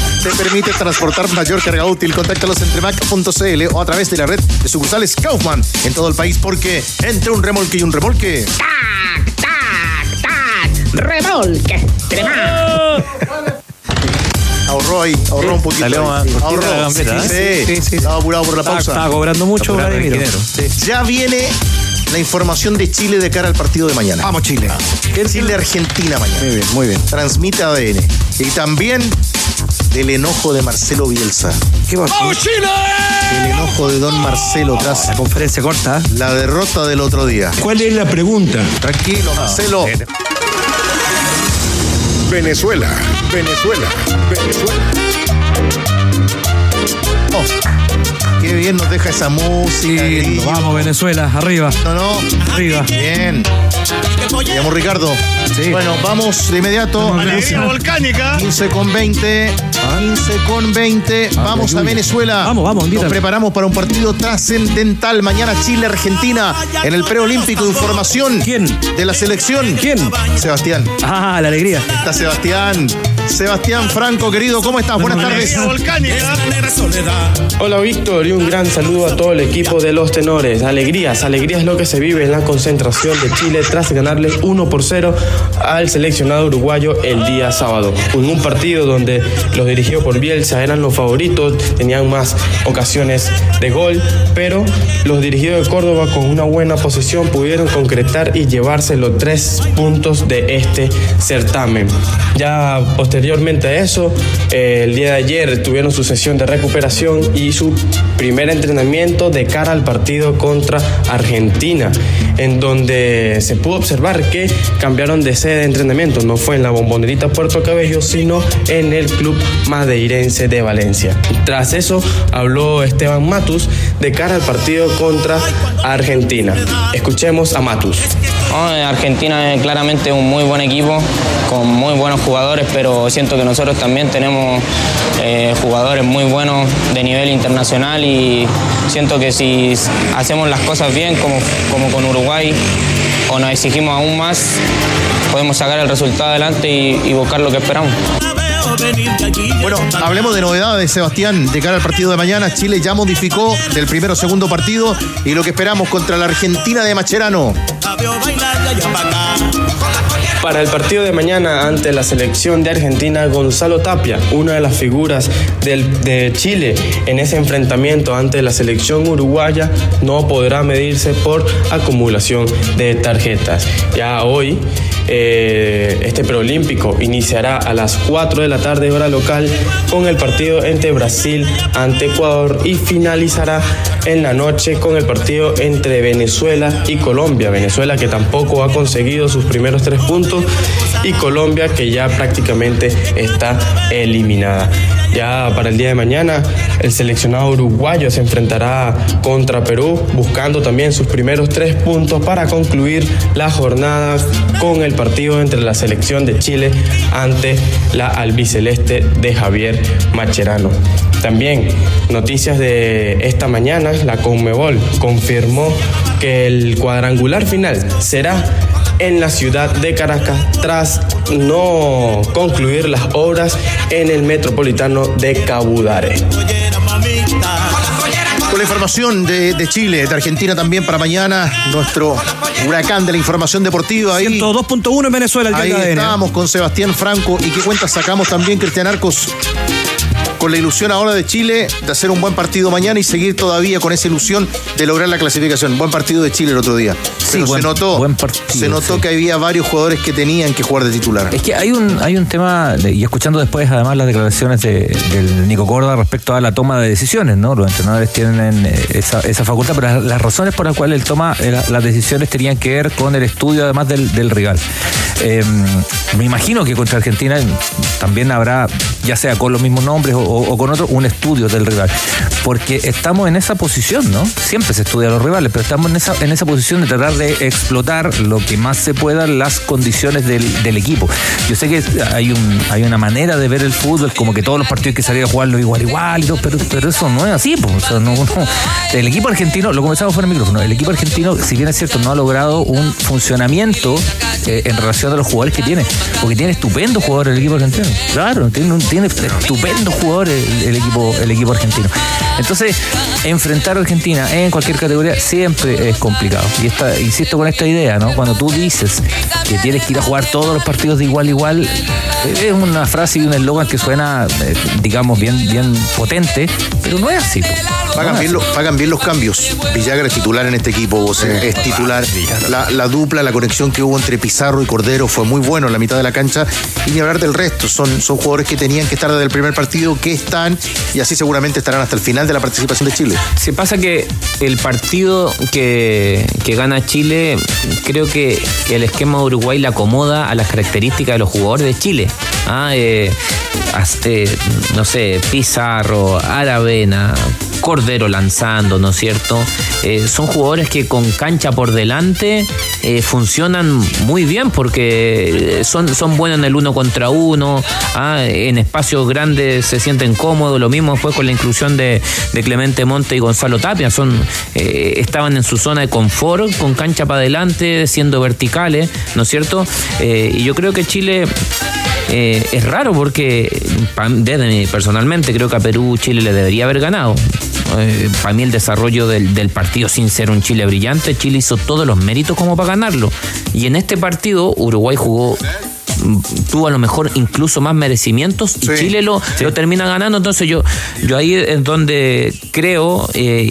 mayor carga útil. Contáctalos en tremac.cl o a través de la red de sucursales Kaufman en todo el país, porque entre un remolque y un remolque, ¡tac, tac, tac! ¡Remolque Tremac! Ahorró un poquito. Ahorró. Sí. Estaba apurado por la pausa. Estaba cobrando mucho dinero. Ya viene la información de Chile de cara al partido de mañana. Vamos, Chile. Chile-Argentina mañana. Muy bien. Transmite ADN. Y también del enojo de Marcelo Bielsa. ¿Qué pasó? ¡Vamos, Chile! El enojo de don Marcelo tras la conferencia corta. La derrota del otro día. ¿Cuál es la pregunta? Tranquilo, Marcelo. Venezuela. Qué bien nos deja esa música. Sí, vamos, Venezuela, arriba. Arriba. Bien. Llamo Ricardo. Sí. Bueno, vamos de inmediato. Alegría volcánica. 15:20. Vamos a Venezuela. Vamos, nos preparamos para un partido trascendental. Mañana Chile-Argentina en el preolímpico. Información. ¿Quién? De la selección. ¿Quién? Sebastián. La alegría. Está Sebastián Franco, querido, ¿cómo estás? Buenas tardes. Volcánica. Hola, Víctor. y un gran saludo a todo el equipo de los tenores. Alegría es lo que se vive en la concentración de Chile tras ganarle 1-0 al seleccionado uruguayo el día sábado. En un partido donde los dirigidos por Bielsa eran los favoritos, tenían más ocasiones de gol, pero los dirigidos de Córdoba con una buena posesión pudieron concretar y llevarse los 3 puntos de este certamen. Ya posteriormente a eso, el día de ayer tuvieron su sesión de recuperación y su primer entrenamiento de cara al partido contra Argentina, en donde se pudo observar que cambiaron de sede de entrenamiento. No fue en la Bombonerita Puerto Cabello, sino en el club madeirense de Valencia. Tras eso habló Esteban Matus de cara al partido contra Argentina. Escuchemos a Matus. Argentina es claramente un muy buen equipo con muy buenos jugadores, pero siento que nosotros también tenemos jugadores muy buenos de nivel internacional y siento que si hacemos las cosas bien como con Uruguay o nos exigimos aún más, podemos sacar el resultado adelante y buscar lo que esperamos. Bueno, hablemos de novedades, Sebastián, de cara al partido de mañana. Chile ya modificó del primero a segundo partido y lo que esperamos contra la Argentina de Mascherano. Para el partido de mañana ante la selección de Argentina, Gonzalo Tapia, una de las figuras de Chile en ese enfrentamiento ante la selección uruguaya, no podrá medirse por acumulación de tarjetas. Ya hoy este preolímpico iniciará a las 4 de la tarde hora local con el partido entre Brasil ante Ecuador y finalizará en la noche con el partido entre Venezuela y Colombia. Venezuela que tampoco ha conseguido sus primeros 3 puntos y Colombia que ya prácticamente está eliminada. Ya para el día de mañana el seleccionado uruguayo se enfrentará contra Perú buscando también sus primeros 3 puntos para concluir la jornada con el partido entre la selección de Chile ante la albiceleste de Javier Mascherano. También noticias de esta mañana, la Conmebol confirmó que el cuadrangular final será en la ciudad de Caracas tras no concluir las obras en el metropolitano de Cabudare. Con la información de Chile, de Argentina también para mañana, nuestro huracán de la información deportiva. Ahí 102.1 en Venezuela, el día de ahí estábamos con Sebastián Franco. ¿Y qué cuentas sacamos también, Cristian Arcos? Con la ilusión ahora de Chile de hacer un buen partido mañana y seguir todavía con esa ilusión de lograr la clasificación. Buen partido de Chile el otro día. Pero sí, se notó que había varios jugadores que tenían que jugar de titular. Es que hay un tema, y escuchando después además las declaraciones del Nico Córdoba respecto a la toma de decisiones, ¿no? Los entrenadores tienen esa facultad, pero las razones por las cuales él toma las decisiones tenían que ver con el estudio además del rival. Me imagino que contra Argentina también habrá, ya sea con los mismos nombres o con otro, un estudio del rival, porque estamos en esa posición, ¿no? Siempre se estudia a los rivales, pero estamos en esa posición de tratar de explotar lo que más se pueda las condiciones del equipo. Yo sé que hay una manera de ver el fútbol, como que todos los partidos hay que salir a jugarlo igual y todo, pero eso no es así, pues. O sea, no. El equipo argentino, lo comenzamos fuera del micrófono, el equipo argentino, si bien es cierto, no ha logrado un funcionamiento en relación a los jugadores que tiene, porque tiene estupendos jugadores el equipo argentino. Claro, tiene estupendos jugadores el equipo argentino. Entonces, enfrentar a Argentina en cualquier categoría siempre es complicado. Y insisto con esta idea, ¿no? Cuando tú dices que tienes que ir a jugar todos los partidos de igual a igual, es una frase y un eslogan que suena, digamos, bien potente, pero no es así. Pagan bien los cambios. Villagra es titular en este equipo, Bosé es titular. La dupla, la conexión que hubo entre Pizarro y Cordero fue muy bueno en la mitad de la cancha. Y ni hablar del resto. Son jugadores que tenían que estar desde el primer partido, que están, y así seguramente estarán hasta el final de la participación de Chile. Se pasa que el partido que gana Chile, creo que el esquema de Uruguay le acomoda a las características de los jugadores de Chile. No sé, Pizarro, Aravena, Cordero lanzando, ¿no es cierto? Son jugadores que con cancha por delante funcionan muy bien porque son buenos en el 1 contra 1, en espacios grandes se sienten cómodos. Lo mismo fue con la inclusión de Clemente Monte y Gonzalo Tapia. Estaban en su zona de confort, con cancha para adelante, siendo verticales, ¿no es cierto? Y yo creo que Chile... es raro porque personalmente creo que a Perú Chile le debería haber ganado. para mí el desarrollo del partido, sin ser un Chile brillante, Chile hizo todos los méritos como para ganarlo. Y en este partido Uruguay tuvo a lo mejor incluso más merecimientos y Chile lo termina ganando. Entonces yo ahí es donde creo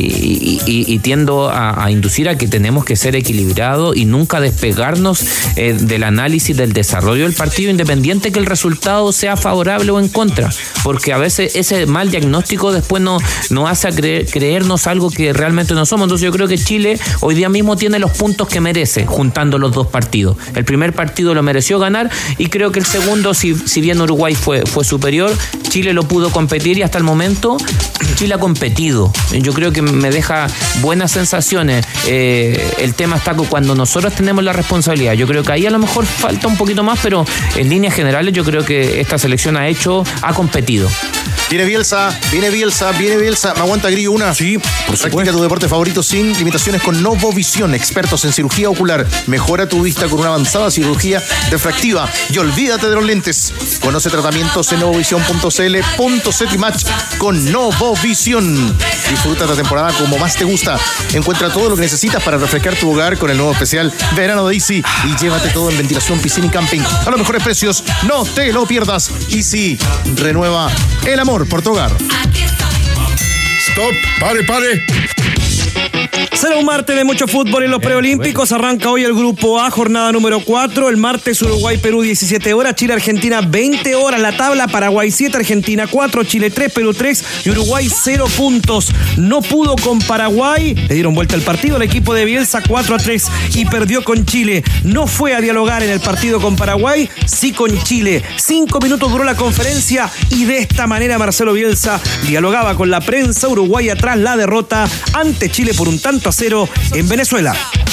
y tiendo a inducir a que tenemos que ser equilibrados y nunca despegarnos del análisis del desarrollo del partido, independiente que el resultado sea favorable o en contra, porque a veces ese mal diagnóstico después nos hace creernos algo que realmente no somos. Entonces yo creo que Chile hoy día mismo tiene los puntos que merece juntando los dos partidos. El primer partido lo mereció ganar y creo que el segundo, si bien Uruguay fue superior, Chile lo pudo competir y hasta el momento Chile ha competido. Yo creo que me deja buenas sensaciones. El tema está cuando nosotros tenemos la responsabilidad. Yo creo que ahí a lo mejor falta un poquito más, pero en líneas generales yo creo que esta selección ha competido. Viene Bielsa. ¿Me aguanta, Grillo, una? Sí, por supuesto. Practica tu deporte favorito sin limitaciones con Novovisión, expertos en cirugía ocular. Mejora tu vista con una avanzada cirugía refractiva y olvídate de los lentes. Conoce tratamientos en novovision.cl. Match con Novovisión. Disfruta esta temporada como más te gusta. Encuentra todo lo que necesitas para refrescar tu hogar con el nuevo especial Verano de Easy y llévate todo en ventilación, piscina y camping a los mejores precios. No te lo pierdas. Easy renueva el amor por tu hogar. Stop, pare. Será un martes de mucho fútbol en los preolímpicos. Arranca hoy el Grupo A, jornada número 4. El martes Uruguay-Perú 17 horas, Chile-Argentina 20 horas. La tabla: Paraguay 7, Argentina 4, Chile 3, Perú 3 y Uruguay 0 puntos. No pudo con Paraguay, le dieron vuelta al partido al equipo de Bielsa 4-3 y perdió con Chile. No fue a dialogar en el partido con Paraguay, sí con Chile. 5 minutos duró la conferencia y de esta manera Marcelo Bielsa dialogaba con la prensa uruguaya tras la derrota ante Chile por 1-0 en Venezuela.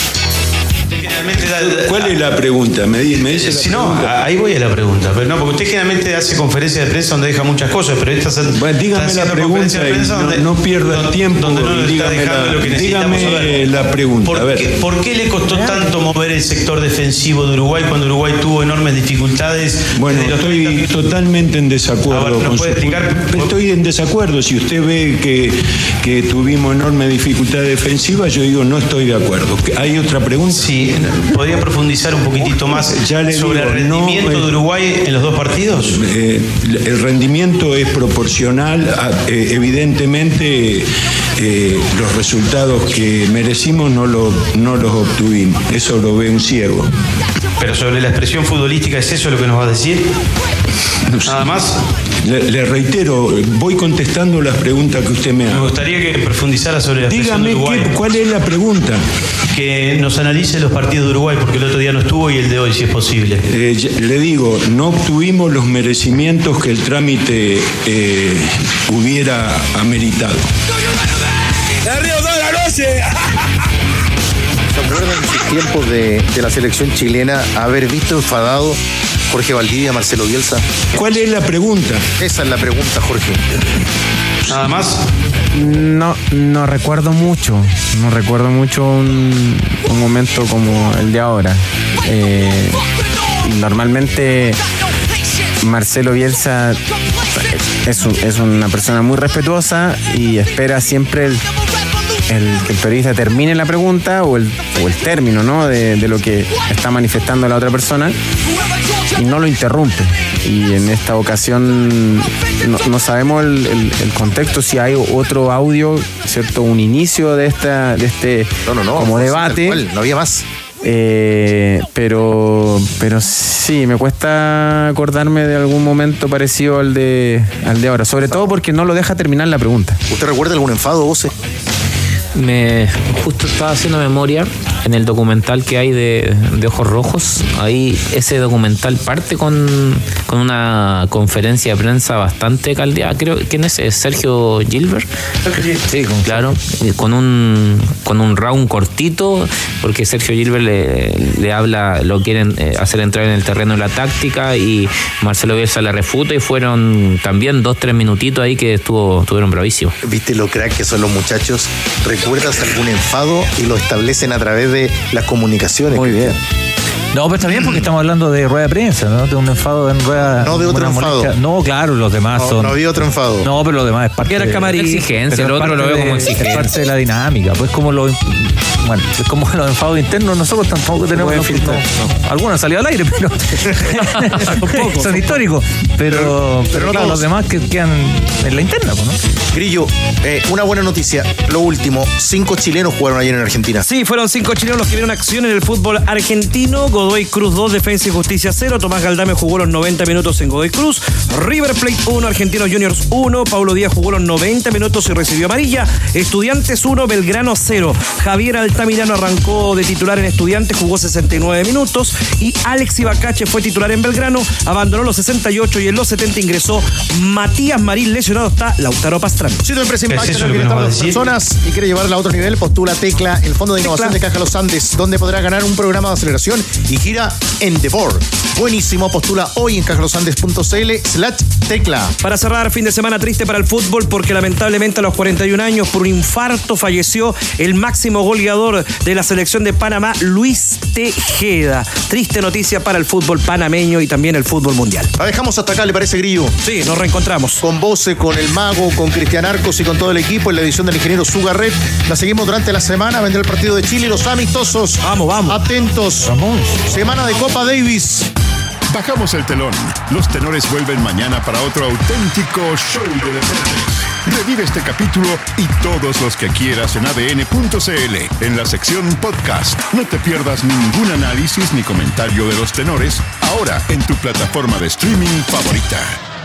¿Cuál es la pregunta? ¿Me dice si no, ahí voy a la pregunta. Pero no, porque usted generalmente hace conferencias de prensa donde deja muchas cosas, pero esta dígame la pregunta y no pierda tiempo. Donde no nos está dejando lo que necesitamos saber. La pregunta. ¿Por qué le costó tanto mover el sector defensivo de Uruguay cuando Uruguay tuvo enormes dificultades? Bueno, estoy totalmente en desacuerdo. Estoy en desacuerdo. Si usted ve que tuvimos enorme dificultad defensiva, yo digo no estoy de acuerdo. ¿Hay otra pregunta? Sí, ¿podría profundizar un poquitito más sobre el rendimiento de Uruguay en los dos partidos? El rendimiento es proporcional, evidentemente los resultados que merecimos no los obtuvimos, eso lo ve un ciego. Pero sobre la expresión futbolística, ¿es eso lo que nos va a decir? ¿Nada más? Le reitero, voy contestando las preguntas que usted me hace. Me gustaría que profundizara sobre la expresión de Uruguay. Dígame, ¿cuál es la pregunta? Que nos analice los partidos de Uruguay, porque el otro día no estuvo y el de hoy, si es posible. Le digo, no obtuvimos los merecimientos que el trámite hubiera ameritado. ¿Recuerdan en tiempos de la selección chilena haber visto enfadado Jorge Valdivia, Marcelo Bielsa? ¿Cuál es la pregunta? Esa es la pregunta, Jorge. ¿Nada más? No recuerdo mucho. No recuerdo mucho un momento como el de ahora. Normalmente Marcelo Bielsa es una persona muy respetuosa y espera siempre que el periodista termine la pregunta o el término, ¿no? de lo que está manifestando la otra persona y no lo interrumpe. Y en esta ocasión no sabemos el contexto, si hay otro audio, ¿cierto? Un inicio de este como debate. No había más. Pero sí, me cuesta acordarme de algún momento parecido al de ahora, sobre todo porque no lo deja terminar la pregunta. ¿Usted recuerda algún enfado, Ose? Justo estaba haciendo memoria en el documental que hay de Ojos Rojos. Ahí ese documental parte con una conferencia de prensa bastante caldeada. Creo que es Sergio Gilbert. Sí, claro, con un round cortito, porque Sergio Gilbert le habla, lo quieren hacer entrar en el terreno de la táctica y Marcelo Bielsa le refuta y fueron también 2-3 minutitos ahí que estuvieron bravísimos. ¿Viste lo crack que son los muchachos? ¿Recuerdas algún enfado y lo establecen a través de las comunicaciones? Muy bien. No, pero está bien porque estamos hablando de rueda de prensa, ¿no? De un enfado en rueda. No de otro enfado. Molestia. No, claro, los demás son. No había otro enfado. No, pero los demás es parte Era camarín. Exigencia, el otro lo veo como exigencia. Es parte de la dinámica, pues como los enfados internos, nosotros tampoco tenemos. Algunos han salido al aire, pero son históricos. Pero no claro, los demás que quedan en la interna, ¿no? Grillo, una buena noticia. Lo último, 5 chilenos jugaron ayer en Argentina. Sí, fueron 5 chilenos los que vieron acción en el fútbol argentino. Godoy Cruz 2, Defensa y Justicia 0. Tomás Galdame jugó los 90 minutos en Godoy Cruz. River Plate 1, Argentinos Juniors 1. Paulo Díaz jugó los 90 minutos y recibió amarilla. Estudiantes 1, Belgrano 0. Javier Altamirano arrancó de titular en Estudiantes, jugó 69 minutos. Y Alex Ibacache fue titular en Belgrano, abandonó los 68 y en los 70 ingresó Matías Marín. Lesionado está Lautaro Pastrana. Si tu empresa impacta en el bienestar de las personas y quiere llevarla a otro nivel, postula Tecla, el Fondo de Innovación de Caja Los Andes, donde podrá ganar un programa de aceleración y gira en The Board. Buenísimo, postula hoy en cajalosandes.cl/Tecla. Para cerrar, fin de semana triste para el fútbol porque lamentablemente a los 41 años por un infarto falleció el máximo goleador de la selección de Panamá, Luis Tejeda. Triste noticia para el fútbol panameño y también el fútbol mundial. La dejamos hasta acá, ¿le parece, Grillo? Sí, nos reencontramos. Con Voce, con el Mago, con Cristian Arcos y con todo el equipo en la edición del ingeniero Sugarret. La seguimos durante la semana. Vendrá el partido de Chile y los amistosos. Vamos. Atentos. Vamos. Semana de Copa Davis. Bajamos el telón. Los tenores vuelven mañana para otro auténtico show de deportes. Revive este capítulo y todos los que quieras en adn.cl, en la sección podcast. No te pierdas ningún análisis ni comentario de los tenores, ahora en tu plataforma de streaming favorita.